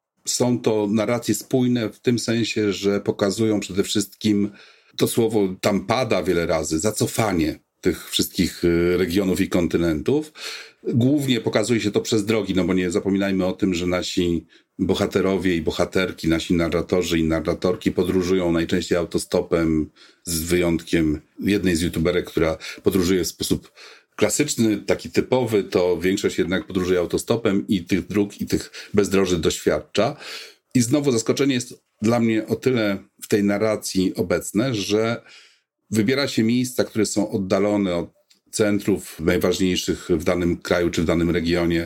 są to narracje spójne w tym sensie, że pokazują przede wszystkim, to słowo tam pada wiele razy, zacofanie tych wszystkich regionów i kontynentów. Głównie pokazuje się to przez drogi, no bo nie zapominajmy o tym, że nasi bohaterowie i bohaterki, nasi narratorzy i narratorki podróżują najczęściej autostopem, z wyjątkiem jednej z youtuberek, która podróżuje w sposób klasyczny, taki typowy, to większość jednak podróżuje autostopem i tych dróg i tych bezdroży doświadcza. I znowu zaskoczenie jest dla mnie o tyle w tej narracji obecne, że wybiera się miejsca, które są oddalone od centrów najważniejszych w danym kraju czy w danym regionie,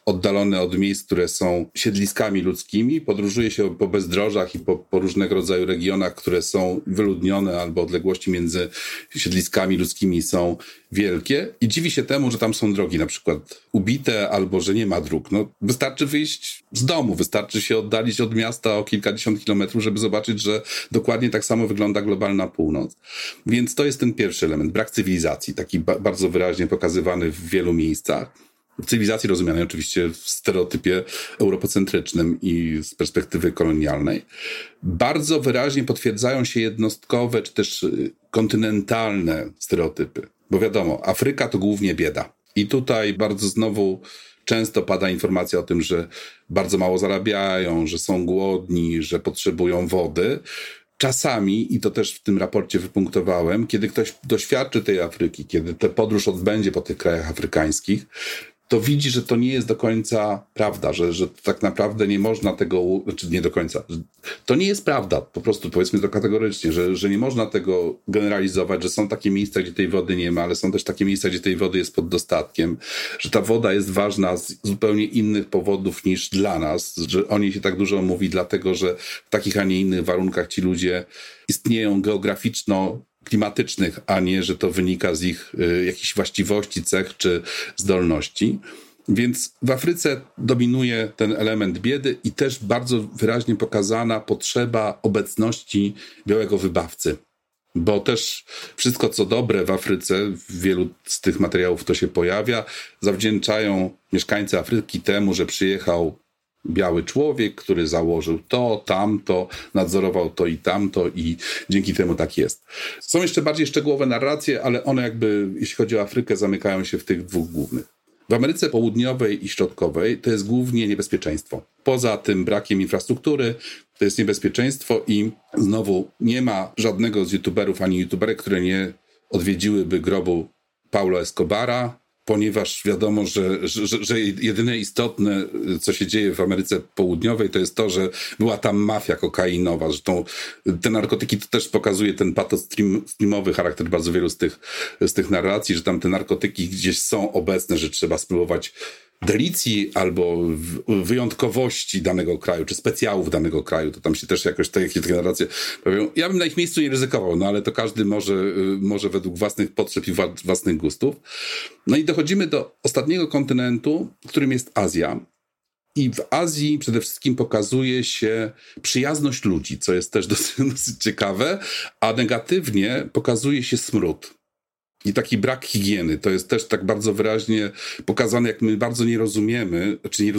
oddalone od miejsc, które są siedliskami ludzkimi. Podróżuje się po bezdrożach i po różnego rodzaju regionach, które są wyludnione albo odległości między siedliskami ludzkimi są wielkie i dziwi się temu, że tam są drogi na przykład ubite albo że nie ma dróg. No, wystarczy wyjść z domu, wystarczy się oddalić od miasta o kilkadziesiąt kilometrów, żeby zobaczyć, że dokładnie tak samo wygląda globalna północ. Więc to jest ten pierwszy element, brak cywilizacji, taki bardzo wyraźnie pokazywany w wielu miejscach. W cywilizacji rozumianej oczywiście w stereotypie europocentrycznym i z perspektywy kolonialnej. Bardzo wyraźnie potwierdzają się jednostkowe czy też kontynentalne stereotypy. Bo wiadomo, Afryka to głównie bieda. I tutaj bardzo znowu często pada informacja o tym, że bardzo mało zarabiają, że są głodni, że potrzebują wody. Czasami, i to też w tym raporcie wypunktowałem, kiedy ktoś doświadczy tej Afryki, kiedy tę podróż odbędzie po tych krajach afrykańskich, to widzi, że to nie jest do końca prawda, że tak naprawdę nie można tego, znaczy nie do końca, to nie jest prawda, po prostu powiedzmy to kategorycznie, że nie można tego generalizować, że są takie miejsca, gdzie tej wody nie ma, ale są też takie miejsca, gdzie tej wody jest pod dostatkiem, że ta woda jest ważna z zupełnie innych powodów niż dla nas, że o niej się tak dużo mówi, dlatego że w takich, a nie innych warunkach ci ludzie istnieją geograficzno-klimatycznych, a nie, że to wynika z ich jakichś właściwości, cech czy zdolności. Więc w Afryce dominuje ten element biedy i też bardzo wyraźnie pokazana potrzeba obecności białego wybawcy. Bo też wszystko, co dobre w Afryce, w wielu z tych materiałów to się pojawia, zawdzięczają mieszkańcy Afryki temu, że przyjechał biały człowiek, który założył to, tamto, nadzorował to i tamto i dzięki temu tak jest. Są jeszcze bardziej szczegółowe narracje, ale one jakby, jeśli chodzi o Afrykę, zamykają się w tych dwóch głównych. W Ameryce Południowej i Środkowej to jest głównie niebezpieczeństwo. Poza tym brakiem infrastruktury to jest niebezpieczeństwo i znowu nie ma żadnego z youtuberów ani youtuberek, które nie odwiedziłyby grobu Paulo Escobara, ponieważ wiadomo, że jedyne istotne, co się dzieje w Ameryce Południowej, to jest to, że była tam mafia kokainowa. Zresztą te narkotyki to też pokazuje ten patostreamowy charakter bardzo wielu z tych narracji, że tam te narkotyki gdzieś są obecne, że trzeba spróbować delicji albo wyjątkowości danego kraju, czy specjałów danego kraju, to tam się też jakoś takie narracje pojawiają. Ja bym na ich miejscu nie ryzykował, no ale to każdy może według własnych potrzeb i własnych gustów. No i dochodzimy do ostatniego kontynentu, którym jest Azja. I w Azji przede wszystkim pokazuje się przyjazność ludzi, co jest też dosyć ciekawe, a negatywnie pokazuje się smród. I taki brak higieny, to jest też tak bardzo wyraźnie pokazane, jak my bardzo nie rozumiemy,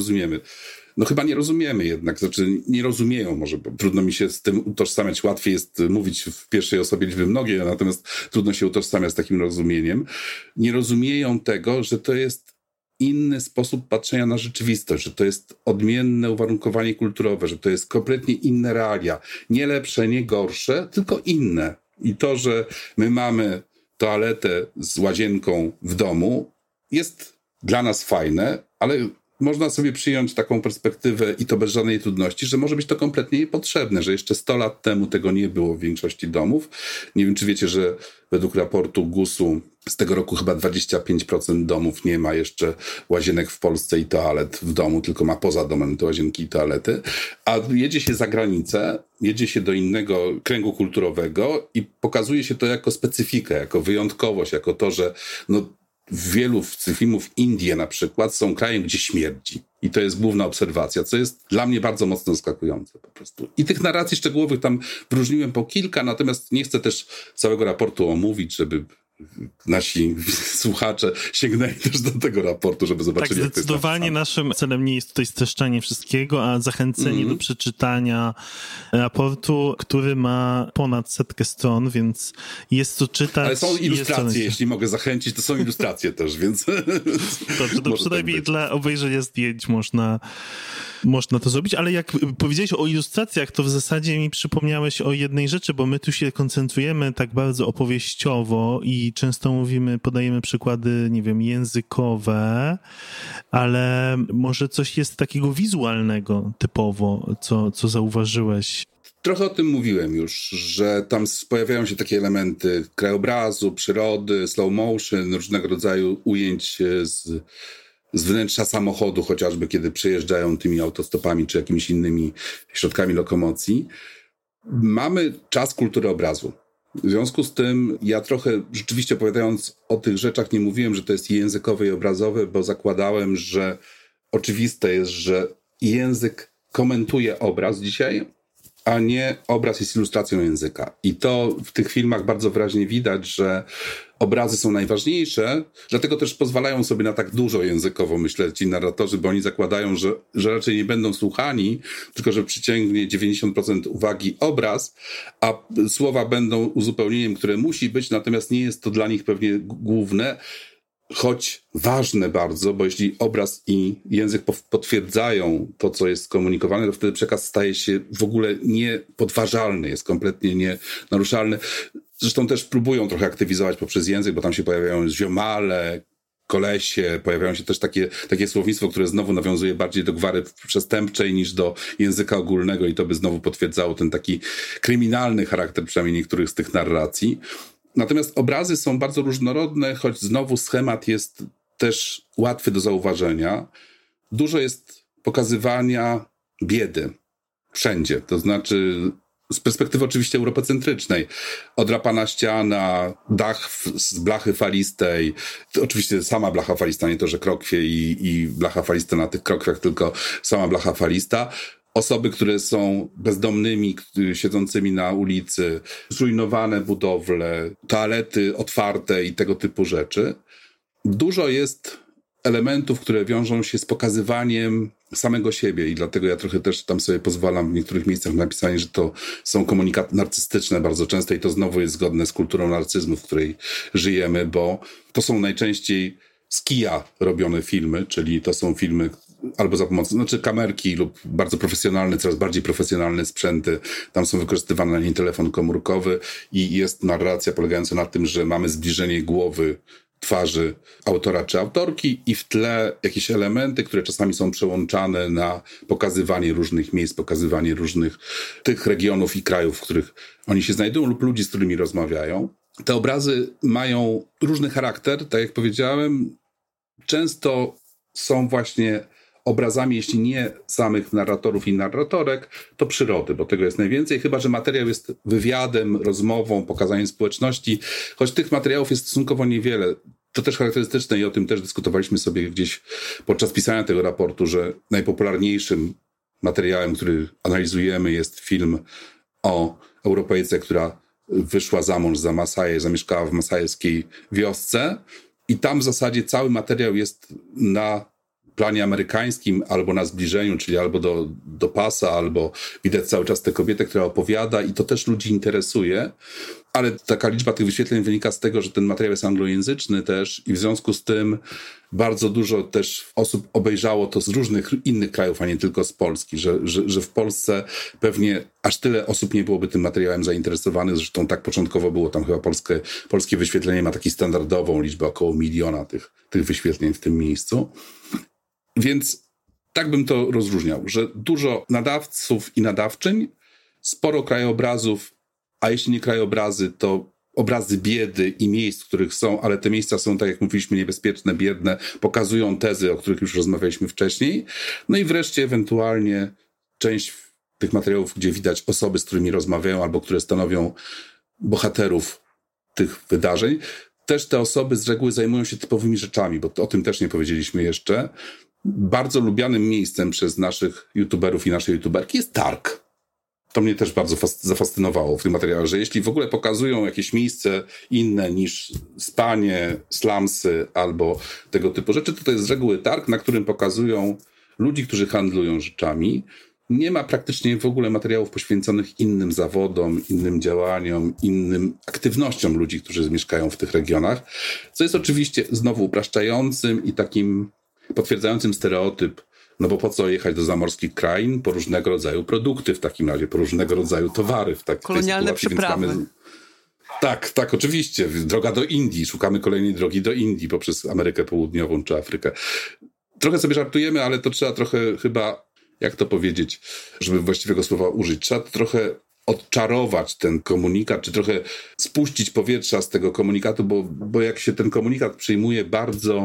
no chyba nie rozumiemy jednak, nie rozumieją może, bo trudno mi się z tym utożsamiać, łatwiej jest mówić w pierwszej osobie liczby mnogiej, natomiast trudno się utożsamiać z takim rozumieniem. Nie rozumieją tego, że to jest inny sposób patrzenia na rzeczywistość, że to jest odmienne uwarunkowanie kulturowe, że to jest kompletnie inne realia. Nie lepsze, nie gorsze, tylko inne. I to, że my mamy toaletę z łazienką w domu, jest dla nas fajne, ale można sobie przyjąć taką perspektywę i to bez żadnej trudności, że może być to kompletnie niepotrzebne, że jeszcze 100 lat temu tego nie było w większości domów. Nie wiem, czy wiecie, że według raportu GUS-u z tego roku chyba 25% domów nie ma jeszcze łazienek w Polsce i toalet w domu, tylko ma poza domem te łazienki i toalety. A jedzie się za granicę, jedzie się do innego kręgu kulturowego i pokazuje się to jako specyfikę, jako wyjątkowość, jako to, że w wielu filmów Indie na przykład są krajem, gdzie śmierdzi. I to jest główna obserwacja, co jest dla mnie bardzo mocno zaskakujące po prostu. I tych narracji szczegółowych tam wyróżniłem po kilka, natomiast nie chcę też całego raportu omówić, żeby nasi słuchacze sięgnęli też do tego raportu, żeby zobaczyli, tak, zdecydowanie naszym celem nie jest tutaj streszczanie wszystkiego, a zachęcenie do przeczytania raportu, który ma ponad 100 stron, więc jest to czytać. Ale są ilustracje, jeśli mogę zachęcić, to są ilustracje też, więc... Dobrze, to przynajmniej dla obejrzenia zdjęć można to zrobić, ale jak powiedziałeś o ilustracjach, to w zasadzie mi przypomniałeś o jednej rzeczy, bo my tu się koncentrujemy tak bardzo opowieściowo i często podajemy przykłady, nie wiem, językowe, ale może coś jest takiego wizualnego typowo, co zauważyłeś? Trochę o tym mówiłem już, że tam pojawiają się takie elementy krajobrazu, przyrody, slow motion, różnego rodzaju ujęć z wnętrza samochodu, chociażby kiedy przejeżdżają tymi autostopami czy jakimiś innymi środkami lokomocji. Mamy czas kultury obrazu. W związku z tym ja trochę rzeczywiście opowiadając o tych rzeczach nie mówiłem, że to jest językowe i obrazowe, bo zakładałem, że oczywiste jest, że język komentuje obraz dzisiaj, a nie obraz jest ilustracją języka. I to w tych filmach bardzo wyraźnie widać, że obrazy są najważniejsze, dlatego też pozwalają sobie na tak dużo językowo, myślę, ci narratorzy, bo oni zakładają, że raczej nie będą słuchani, tylko że przyciągnie 90% uwagi obraz, a słowa będą uzupełnieniem, które musi być, natomiast nie jest to dla nich pewnie główne, choć ważne bardzo, bo jeśli obraz i język potwierdzają to, co jest skomunikowane, to wtedy przekaz staje się w ogóle niepodważalny, jest kompletnie nienaruszalny. Zresztą też próbują trochę aktywizować poprzez język, bo tam się pojawiają ziomale, kolesie, pojawiają się też takie słownictwo, które znowu nawiązuje bardziej do gwary przestępczej niż do języka ogólnego i to by znowu potwierdzało ten taki kryminalny charakter przynajmniej niektórych z tych narracji. Natomiast obrazy są bardzo różnorodne, choć znowu schemat jest też łatwy do zauważenia. Dużo jest pokazywania biedy wszędzie, to znaczy z perspektywy oczywiście europocentrycznej. Odrapana ściana, dach z blachy falistej, to oczywiście sama blacha falista, nie to, że krokwie i blacha falista na tych krokwiach, tylko sama blacha falista. Osoby, które są bezdomnymi, siedzącymi na ulicy, zrujnowane budowle, toalety otwarte i tego typu rzeczy. Dużo jest elementów, które wiążą się z pokazywaniem samego siebie i dlatego ja trochę też tam sobie pozwalam w niektórych miejscach na napisanie, że to są komunikaty narcystyczne bardzo często i to znowu jest zgodne z kulturą narcyzmu, w której żyjemy, bo to są najczęściej z kija robione filmy, czyli to są filmy albo za pomocą, kamerki lub bardzo profesjonalne, coraz bardziej profesjonalne sprzęty. Tam są wykorzystywane na niej telefon komórkowy i jest narracja polegająca na tym, że mamy zbliżenie głowy, twarzy autora czy autorki i w tle jakieś elementy, które czasami są przełączane na pokazywanie różnych miejsc, pokazywanie różnych tych regionów i krajów, w których oni się znajdują lub ludzi, z którymi rozmawiają. Te obrazy mają różny charakter, tak jak powiedziałem. Często są właśnie obrazami, jeśli nie samych narratorów i narratorek, to przyrody, bo tego jest najwięcej, chyba że materiał jest wywiadem, rozmową, pokazaniem społeczności, choć tych materiałów jest stosunkowo niewiele. To też charakterystyczne i o tym też dyskutowaliśmy sobie gdzieś podczas pisania tego raportu, że najpopularniejszym materiałem, który analizujemy, jest film o Europejce, która wyszła za mąż za Masaję, zamieszkała w masajewskiej wiosce i tam w zasadzie cały materiał jest na planie amerykańskim albo na zbliżeniu, czyli albo do pasa, albo widać cały czas tę kobietę, która opowiada i to też ludzi interesuje, ale taka liczba tych wyświetleń wynika z tego, że ten materiał jest anglojęzyczny też i w związku z tym bardzo dużo też osób obejrzało to z różnych innych krajów, a nie tylko z Polski, że w Polsce pewnie aż tyle osób nie byłoby tym materiałem zainteresowanych, zresztą tak początkowo było, tam chyba polskie wyświetlenie ma taką standardową liczbę około 1 miliona tych wyświetleń w tym miejscu. Więc tak bym to rozróżniał, że dużo nadawców i nadawczyń, sporo krajobrazów, a jeśli nie krajobrazy, to obrazy biedy i miejsc, w których są, ale te miejsca są, tak jak mówiliśmy, niebezpieczne, biedne, pokazują tezy, o których już rozmawialiśmy wcześniej. No i wreszcie ewentualnie część tych materiałów, gdzie widać osoby, z którymi rozmawiają albo które stanowią bohaterów tych wydarzeń. Też te osoby z reguły zajmują się typowymi rzeczami, bo o tym też nie powiedzieliśmy jeszcze. Bardzo lubianym miejscem przez naszych youtuberów i nasze youtuberki jest targ. To mnie też bardzo zafascynowało w tym materiale, że jeśli w ogóle pokazują jakieś miejsce inne niż spanie, slumsy albo tego typu rzeczy, to jest z reguły targ, na którym pokazują ludzi, którzy handlują rzeczami. Nie ma praktycznie w ogóle materiałów poświęconych innym zawodom, innym działaniom, innym aktywnościom ludzi, którzy mieszkają w tych regionach, co jest oczywiście znowu upraszczającym i takim potwierdzającym stereotyp, no bo po co jechać do zamorskich krain po różnego rodzaju produkty w takim razie, po różnego rodzaju towary. Kolonialne przyprawy. Tak, oczywiście. Droga do Indii. Szukamy kolejnej drogi do Indii poprzez Amerykę Południową czy Afrykę. Trochę sobie żartujemy, ale to trzeba trochę chyba, jak to powiedzieć, żeby właściwego słowa użyć, trzeba trochę odczarować ten komunikat, czy trochę spuścić powietrza z tego komunikatu, bo jak się ten komunikat przyjmuje bardzo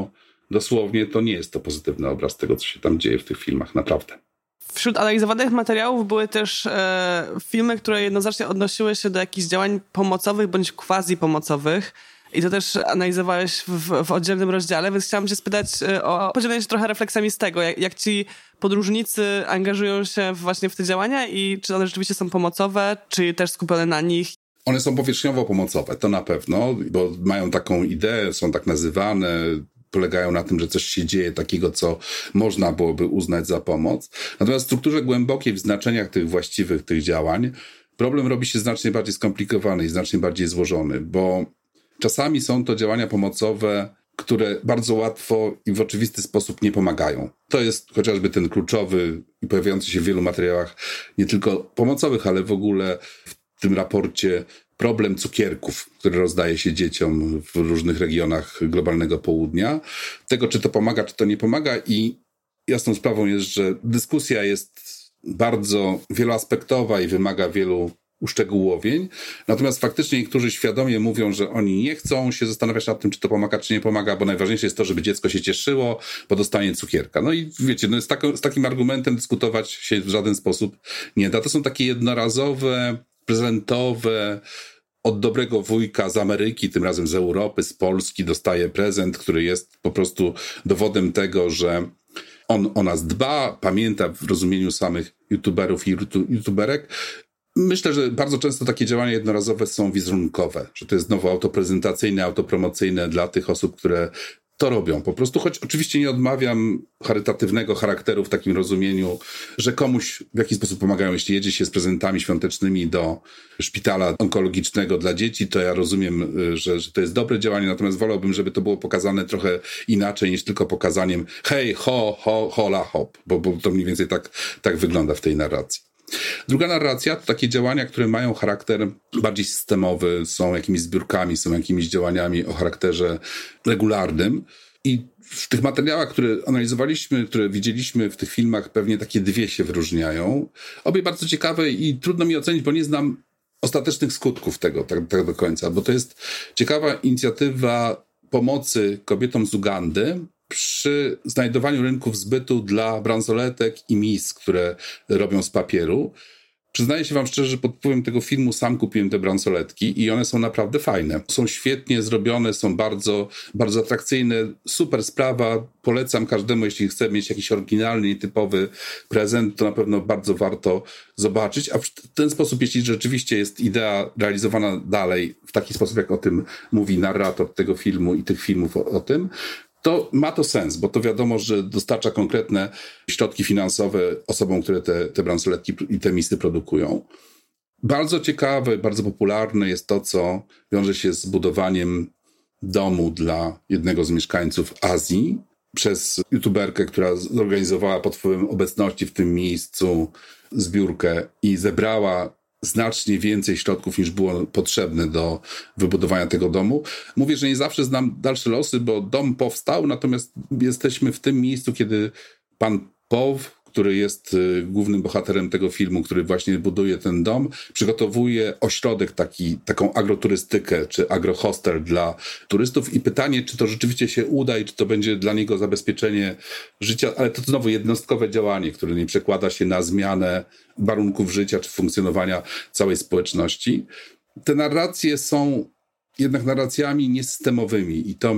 dosłownie, to nie jest to pozytywny obraz tego, co się tam dzieje w tych filmach, naprawdę. Wśród analizowanych materiałów były też filmy, które jednoznacznie odnosiły się do jakichś działań pomocowych bądź quasi-pomocowych. I to też analizowałeś w oddzielnym rozdziale, więc chciałam cię spytać o podzielenie się trochę refleksjami z tego, jak ci podróżnicy angażują się właśnie w te działania i czy one rzeczywiście są pomocowe, czy też skupione na nich. One są powierzchniowo pomocowe, to na pewno, bo mają taką ideę, są tak nazywane, polegają na tym, że coś się dzieje takiego, co można byłoby uznać za pomoc. Natomiast w strukturze głębokiej, w znaczeniach tych właściwych, tych działań, problem robi się znacznie bardziej skomplikowany i znacznie bardziej złożony, bo czasami są to działania pomocowe, które bardzo łatwo i w oczywisty sposób nie pomagają. To jest chociażby ten kluczowy i pojawiający się w wielu materiałach, nie tylko pomocowych, ale w ogóle w tym raporcie problem cukierków, który rozdaje się dzieciom w różnych regionach globalnego południa. Tego, czy to pomaga, czy to nie pomaga i jasną sprawą jest, że dyskusja jest bardzo wieloaspektowa i wymaga wielu uszczegółowień. Natomiast faktycznie niektórzy świadomie mówią, że oni nie chcą się zastanawiać nad tym, czy to pomaga, czy nie pomaga, bo najważniejsze jest to, żeby dziecko się cieszyło, bo dostanie cukierka. No i wiecie, z takim argumentem dyskutować się w żaden sposób nie da. To są takie jednorazowe, prezentowe, od dobrego wujka z Ameryki, tym razem z Europy, z Polski, dostaje prezent, który jest po prostu dowodem tego, że on o nas dba, pamięta w rozumieniu samych youtuberów i youtuberek. Myślę, że bardzo często takie działania jednorazowe są wizerunkowe, że to jest znowu autoprezentacyjne, autopromocyjne dla tych osób, które to robią po prostu, choć oczywiście nie odmawiam charytatywnego charakteru w takim rozumieniu, że komuś w jakiś sposób pomagają. Jeśli jedzie się z prezentami świątecznymi do szpitala onkologicznego dla dzieci, to ja rozumiem, że to jest dobre działanie, natomiast wolałbym, żeby to było pokazane trochę inaczej niż tylko pokazaniem hej, hola, hop, bo to mniej więcej tak wygląda w tej narracji. Druga narracja to takie działania, które mają charakter bardziej systemowy, są jakimiś zbiórkami, są jakimiś działaniami o charakterze regularnym. I w tych materiałach, które analizowaliśmy, które widzieliśmy w tych filmach, pewnie takie dwie się wyróżniają. Obie bardzo ciekawe i trudno mi ocenić, bo nie znam ostatecznych skutków tego tak do końca, bo to jest ciekawa inicjatywa pomocy kobietom z Ugandy przy znajdowaniu rynków zbytu dla bransoletek i mis, które robią z papieru. Przyznaję się wam szczerze, że pod wpływem tego filmu sam kupiłem te bransoletki i one są naprawdę fajne. Są świetnie zrobione, są bardzo, bardzo atrakcyjne. Super sprawa. Polecam każdemu, jeśli chce mieć jakiś oryginalny, nietypowy prezent, to na pewno bardzo warto zobaczyć. A w ten sposób, jeśli rzeczywiście jest idea realizowana dalej w taki sposób, jak o tym mówi narrator tego filmu i tych filmów o tym, to ma to sens, bo to wiadomo, że dostarcza konkretne środki finansowe osobom, które te bransoletki i te misy produkują. Bardzo ciekawe, bardzo popularne jest to, co wiąże się z budowaniem domu dla jednego z mieszkańców Azji przez youtuberkę, która zorganizowała pod wpływem obecności w tym miejscu zbiórkę i zebrała znacznie więcej środków niż było potrzebne do wybudowania tego domu. Mówię, że nie zawsze znam dalsze losy, bo dom powstał, natomiast jesteśmy w tym miejscu, kiedy pan Pow, który jest głównym bohaterem tego filmu, który właśnie buduje ten dom, przygotowuje ośrodek taką agroturystykę, czy agrohostel dla turystów i pytanie, czy to rzeczywiście się uda i czy to będzie dla niego zabezpieczenie życia, ale to znowu jednostkowe działanie, które nie przekłada się na zmianę warunków życia, czy funkcjonowania całej społeczności. Te narracje są jednak narracjami niesystemowymi i to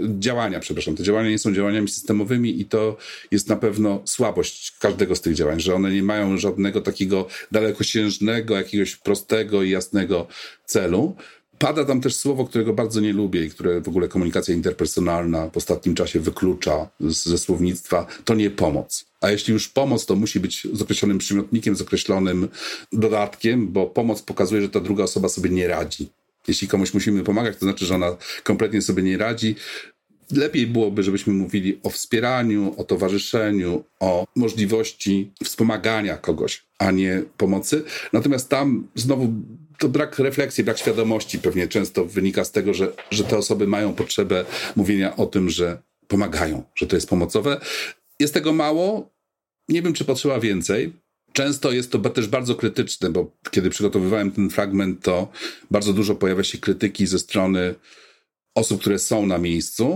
te działania nie są działaniami systemowymi i to jest na pewno słabość każdego z tych działań, że one nie mają żadnego takiego dalekosiężnego, jakiegoś prostego i jasnego celu. Pada tam też słowo, którego bardzo nie lubię i które w ogóle komunikacja interpersonalna w ostatnim czasie wyklucza ze słownictwa, to nie pomoc. A jeśli już pomoc, to musi być z określonym przymiotnikiem, z określonym dodatkiem, bo pomoc pokazuje, że ta druga osoba sobie nie radzi. Jeśli komuś musimy pomagać, to znaczy, że ona kompletnie sobie nie radzi. Lepiej byłoby, żebyśmy mówili o wspieraniu, o towarzyszeniu, o możliwości wspomagania kogoś, a nie pomocy. Natomiast tam znowu to brak refleksji, brak świadomości pewnie często wynika z tego, że te osoby mają potrzebę mówienia o tym, że pomagają, że to jest pomocowe. Jest tego mało. Nie wiem, czy potrzeba więcej. Często jest to też bardzo krytyczne, bo kiedy przygotowywałem ten fragment, to bardzo dużo pojawia się krytyki ze strony osób, które są na miejscu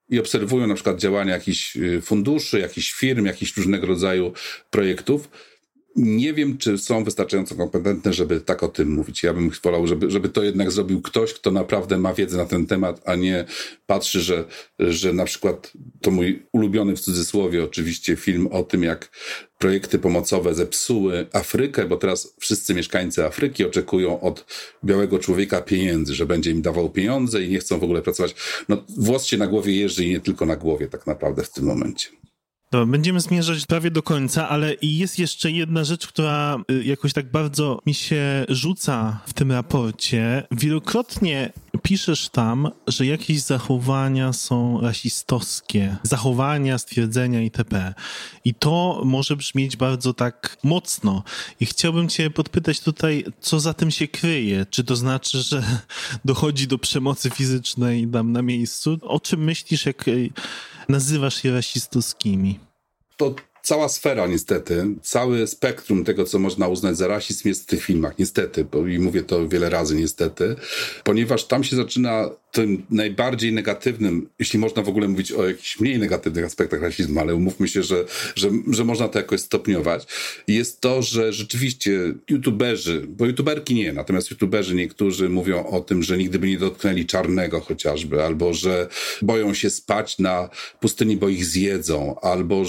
i obserwują na przykład działania jakichś funduszy, jakichś firm, jakichś różnego rodzaju projektów, nie wiem, czy są wystarczająco kompetentne, żeby tak o tym mówić. Ja bym wolał, żeby to jednak zrobił ktoś, kto naprawdę ma wiedzę na ten temat, a nie patrzy, że na przykład to mój ulubiony w cudzysłowie oczywiście film o tym, jak projekty pomocowe zepsuły Afrykę, bo teraz wszyscy mieszkańcy Afryki oczekują od białego człowieka pieniędzy, że będzie im dawał pieniądze i nie chcą w ogóle pracować. No, włos się na głowie jeży i nie tylko na głowie tak naprawdę w tym momencie. To będziemy zmierzać prawie do końca, ale jest jeszcze jedna rzecz, która jakoś tak bardzo mi się rzuca w tym raporcie. Wielokrotnie piszesz tam, że jakieś zachowania są rasistowskie. Zachowania, stwierdzenia itp. I to może brzmieć bardzo tak mocno. I chciałbym cię podpytać tutaj, co za tym się kryje. Czy to znaczy, że dochodzi do przemocy fizycznej tam na miejscu? O czym myślisz, jak nazywasz je rasistowskimi? To cała sfera niestety, całe spektrum tego, co można uznać za rasizm jest w tych filmach, niestety, i mówię to wiele razy niestety, ponieważ tam się zaczyna tym najbardziej negatywnym, jeśli można w ogóle mówić o jakichś mniej negatywnych aspektach rasizmu, ale umówmy się, że można to jakoś stopniować, jest to, że rzeczywiście youtuberzy, bo youtuberki nie, natomiast youtuberzy niektórzy mówią o tym, że nigdy by nie dotknęli czarnego chociażby, albo że boją się spać na pustyni, bo ich zjedzą, albo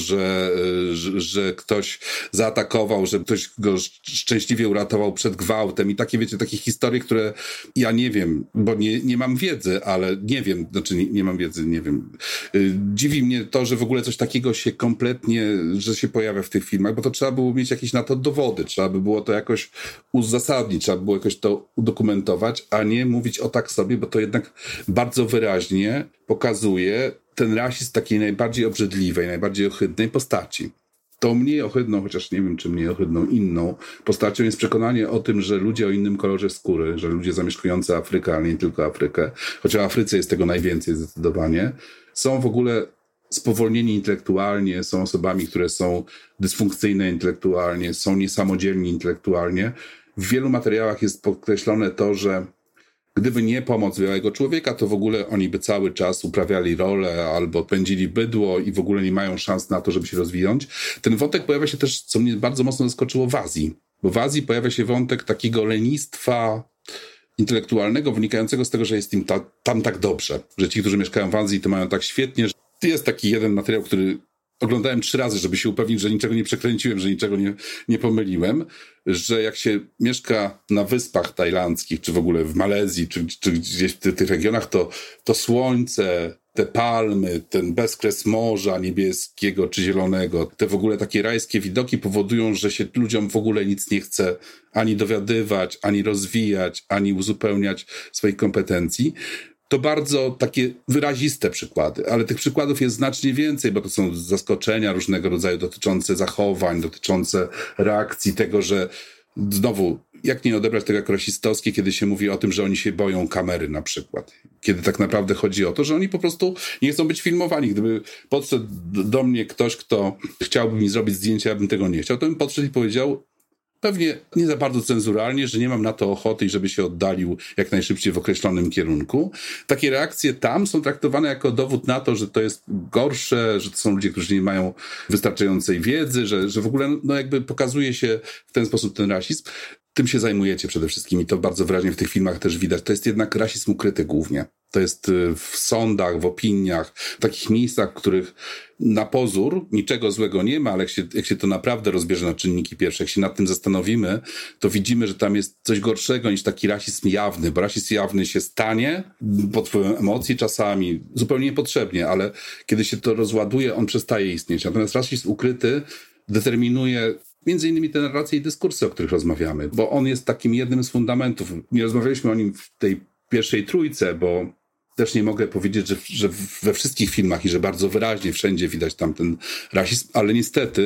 że ktoś zaatakował, że ktoś go szczęśliwie uratował przed gwałtem i takie, wiecie, takie historie, które ja nie wiem, bo nie mam wiedzy, ale nie wiem, znaczy nie mam wiedzy, nie wiem. Dziwi mnie to, że w ogóle coś takiego się kompletnie, że się pojawia w tych filmach, bo to trzeba było mieć jakieś na to dowody, trzeba by było to jakoś uzasadnić, trzeba by było jakoś to udokumentować, a nie mówić o tak sobie, bo to jednak bardzo wyraźnie pokazuje ten rasizm takiej najbardziej obrzydliwej, najbardziej ohydnej postaci. Tą mniej ohydną, chociaż nie wiem, czy mniej ohydną inną postacią jest przekonanie o tym, że ludzie o innym kolorze skóry, że ludzie zamieszkujący Afrykę, ale nie tylko Afrykę, choć w Afryce jest tego najwięcej zdecydowanie, są w ogóle spowolnieni intelektualnie, są osobami, które są dysfunkcyjne intelektualnie, są niesamodzielni intelektualnie. W wielu materiałach jest podkreślone to, że gdyby nie pomoc białego człowieka, to w ogóle oni by cały czas uprawiali rolę albo pędzili bydło i w ogóle nie mają szans na to, żeby się rozwinąć. Ten wątek pojawia się też, co mnie bardzo mocno zaskoczyło, w Azji. Bo w Azji pojawia się wątek takiego lenistwa intelektualnego wynikającego z tego, że jest im tam tak dobrze. Że ci, którzy mieszkają w Azji, to mają tak świetnie. Że jest taki jeden materiał, który oglądałem 3 razy, żeby się upewnić, że niczego nie przekręciłem, że niczego nie pomyliłem, że jak się mieszka na wyspach tajlandzkich, czy w ogóle w Malezji, czy gdzieś w tych regionach, to słońce, te palmy, ten bezkres morza niebieskiego czy zielonego, te w ogóle takie rajskie widoki powodują, że się ludziom w ogóle nic nie chce ani dowiadywać, ani rozwijać, ani uzupełniać swoich kompetencji. To bardzo takie wyraziste przykłady, ale tych przykładów jest znacznie więcej, bo to są zaskoczenia różnego rodzaju dotyczące zachowań, dotyczące reakcji tego, że znowu, jak nie odebrać tego jako rasistowskie, kiedy się mówi o tym, że oni się boją kamery na przykład. Kiedy tak naprawdę chodzi o to, że oni po prostu nie chcą być filmowani. Gdyby podszedł do mnie ktoś, kto chciałby mi zrobić zdjęcie, ja bym tego nie chciał, to bym podszedł i powiedział, pewnie nie za bardzo cenzuralnie, że nie mam na to ochoty i żeby się oddalił jak najszybciej w określonym kierunku. Takie reakcje tam są traktowane jako dowód na to, że to jest gorsze, że to są ludzie, którzy nie mają wystarczającej wiedzy, że w ogóle no jakby pokazuje się w ten sposób ten rasizm. Tym się zajmujecie przede wszystkim i to bardzo wyraźnie w tych filmach też widać. To jest jednak rasizm ukryty głównie. To jest w sądach, w opiniach, w takich miejscach, w których na pozór niczego złego nie ma, ale jak się to naprawdę rozbierze na czynniki pierwsze, jak się nad tym zastanowimy, to widzimy, że tam jest coś gorszego niż taki rasizm jawny, bo rasizm jawny się stanie pod wpływem emocji czasami, zupełnie niepotrzebnie, ale kiedy się to rozładuje, on przestaje istnieć. Natomiast rasizm ukryty determinuje między innymi te narracje i dyskursy, o których rozmawiamy, bo on jest takim jednym z fundamentów. Nie rozmawialiśmy o nim w tej pierwszej trójce, bo też nie mogę powiedzieć, że we wszystkich filmach i że bardzo wyraźnie wszędzie widać tam ten rasizm, ale niestety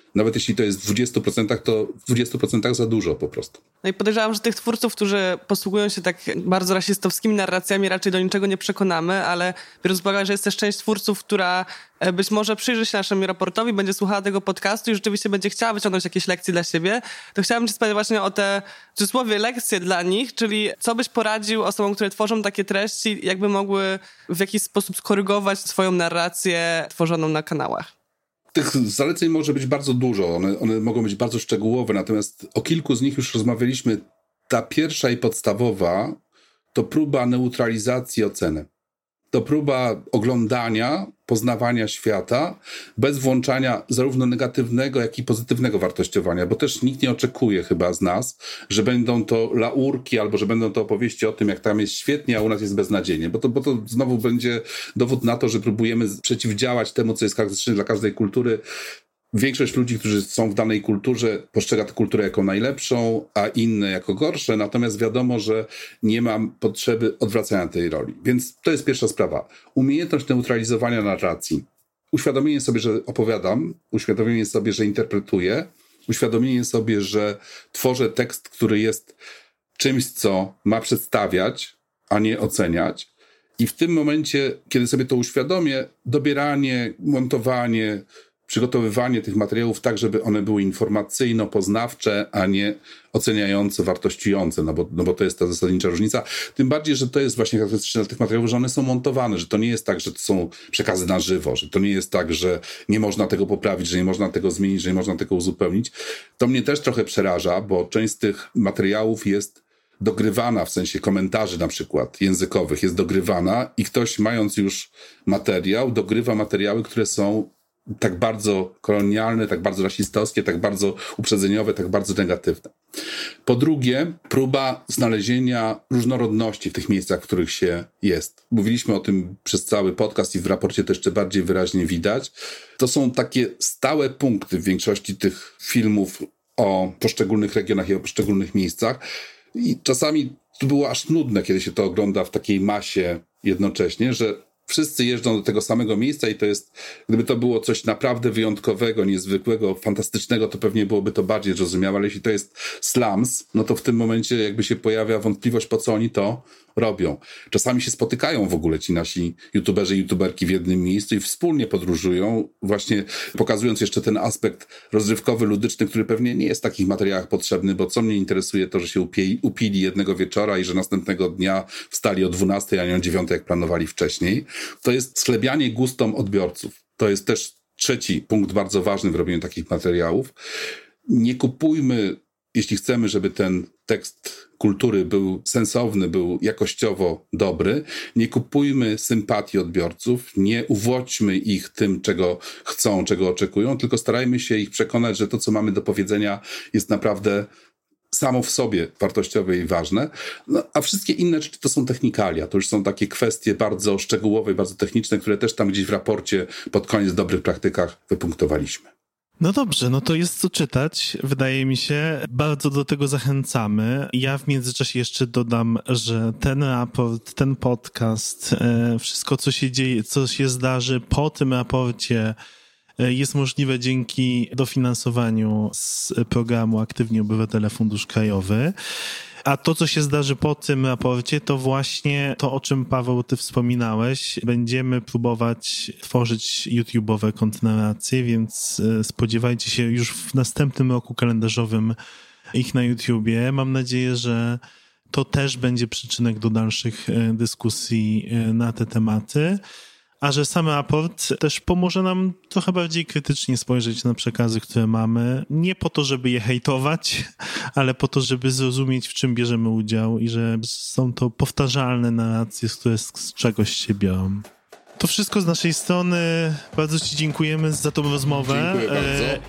Nawet jeśli to jest w 20%, to w 20% za dużo po prostu. No i podejrzewam, że tych twórców, którzy posługują się tak bardzo rasistowskimi narracjami, raczej do niczego nie przekonamy, ale biorąc pod uwagę, że jest też część twórców, która być może przyjrzy się naszemu raportowi, będzie słuchała tego podcastu i rzeczywiście będzie chciała wyciągnąć jakieś lekcje dla siebie, to chciałabym cię spytać właśnie o te, w cudzysłowie, lekcje dla nich, czyli co byś poradził osobom, które tworzą takie treści, jakby mogły w jakiś sposób skorygować swoją narrację tworzoną na kanałach? Tych zaleceń może być bardzo dużo, one mogą być bardzo szczegółowe, natomiast o kilku z nich już rozmawialiśmy. Ta pierwsza i podstawowa to próba neutralizacji oceny. To próba oglądania, poznawania świata bez włączania zarówno negatywnego, jak i pozytywnego wartościowania, bo też nikt nie oczekuje chyba z nas, że będą to laurki albo że będą to opowieści o tym, jak tam jest świetnie, a u nas jest beznadziejnie, bo to znowu będzie dowód na to, że próbujemy przeciwdziałać temu, co jest charakterystyczne dla każdej kultury. Większość ludzi, którzy są w danej kulturze, postrzega tę kulturę jako najlepszą, a inne jako gorsze, natomiast wiadomo, że nie mam potrzeby odwracania tej roli. Więc to jest pierwsza sprawa. Umiejętność neutralizowania narracji. Uświadomienie sobie, że opowiadam, uświadomienie sobie, że interpretuję, uświadomienie sobie, że tworzę tekst, który jest czymś, co ma przedstawiać, a nie oceniać. I w tym momencie, kiedy sobie to uświadomię, dobieranie, montowanie, przygotowywanie tych materiałów tak, żeby one były informacyjno-poznawcze, a nie oceniające, wartościujące, no bo to jest ta zasadnicza różnica. Tym bardziej, że to jest właśnie charakterystyczne dla tych materiałów, że one są montowane, że to nie jest tak, że to są przekazy na żywo, że to nie jest tak, że nie można tego poprawić, że nie można tego zmienić, że nie można tego uzupełnić. To mnie też trochę przeraża, bo część z tych materiałów jest dogrywana, w sensie komentarzy na przykład językowych jest dogrywana i ktoś, mając już materiał, dogrywa materiały, które są tak bardzo kolonialne, tak bardzo rasistowskie, tak bardzo uprzedzeniowe, tak bardzo negatywne. Po drugie, próba znalezienia różnorodności w tych miejscach, w których się jest. Mówiliśmy o tym przez cały podcast i w raporcie to jeszcze bardziej wyraźnie widać. To są takie stałe punkty w większości tych filmów o poszczególnych regionach i o poszczególnych miejscach. I czasami to było aż nudne, kiedy się to ogląda w takiej masie jednocześnie, że wszyscy jeżdżą do tego samego miejsca i to jest, gdyby to było coś naprawdę wyjątkowego, niezwykłego, fantastycznego, to pewnie byłoby to bardziej zrozumiałe, ale jeśli to jest slums, no to w tym momencie jakby się pojawia wątpliwość, po co oni to robią. Czasami się spotykają w ogóle ci nasi youtuberzy i youtuberki w jednym miejscu i wspólnie podróżują, właśnie pokazując jeszcze ten aspekt rozrywkowy, ludyczny, który pewnie nie jest w takich materiałach potrzebny, bo co mnie interesuje to, że się upili jednego wieczora i że następnego dnia wstali o 12, a nie o 9, jak planowali wcześniej. To jest schlebianie gustom odbiorców. To jest też trzeci punkt bardzo ważny w robieniu takich materiałów. Nie kupujmy, jeśli chcemy, żeby ten tekst kultury był sensowny, był jakościowo dobry, nie kupujmy sympatii odbiorców, nie uwodźmy ich tym, czego chcą, czego oczekują, tylko starajmy się ich przekonać, że to, co mamy do powiedzenia, jest naprawdę samo w sobie wartościowe i ważne, no, a wszystkie inne rzeczy to są technikalia, to już są takie kwestie bardzo szczegółowe, bardzo techniczne, które też tam gdzieś w raporcie pod koniec w dobrych praktykach wypunktowaliśmy. No dobrze, no to jest co czytać, wydaje mi się. Bardzo do tego zachęcamy. Ja w międzyczasie jeszcze dodam, że ten raport, ten podcast, wszystko co się dzieje, co się zdarzy po tym raporcie jest możliwe dzięki dofinansowaniu z programu Aktywni Obywatele Fundusz Krajowy. A to, co się zdarzy po tym raporcie, to właśnie to, o czym, Paweł, ty wspominałeś. Będziemy próbować tworzyć YouTube'owe kontynuacje, więc spodziewajcie się już w następnym roku kalendarzowym ich na YouTubie. Mam nadzieję, że to też będzie przyczynek do dalszych dyskusji na te tematy. A że sam raport też pomoże nam trochę bardziej krytycznie spojrzeć na przekazy, które mamy. Nie po to, żeby je hejtować, ale po to, żeby zrozumieć, w czym bierzemy udział i że są to powtarzalne narracje, które z czegoś się biorą. To wszystko z naszej strony. Bardzo ci dziękujemy za tą rozmowę. Dziękuję bardzo.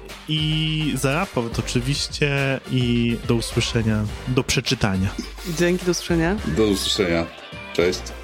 I za raport oczywiście i do usłyszenia, do przeczytania. Dzięki, do usłyszenia. Do usłyszenia. Cześć.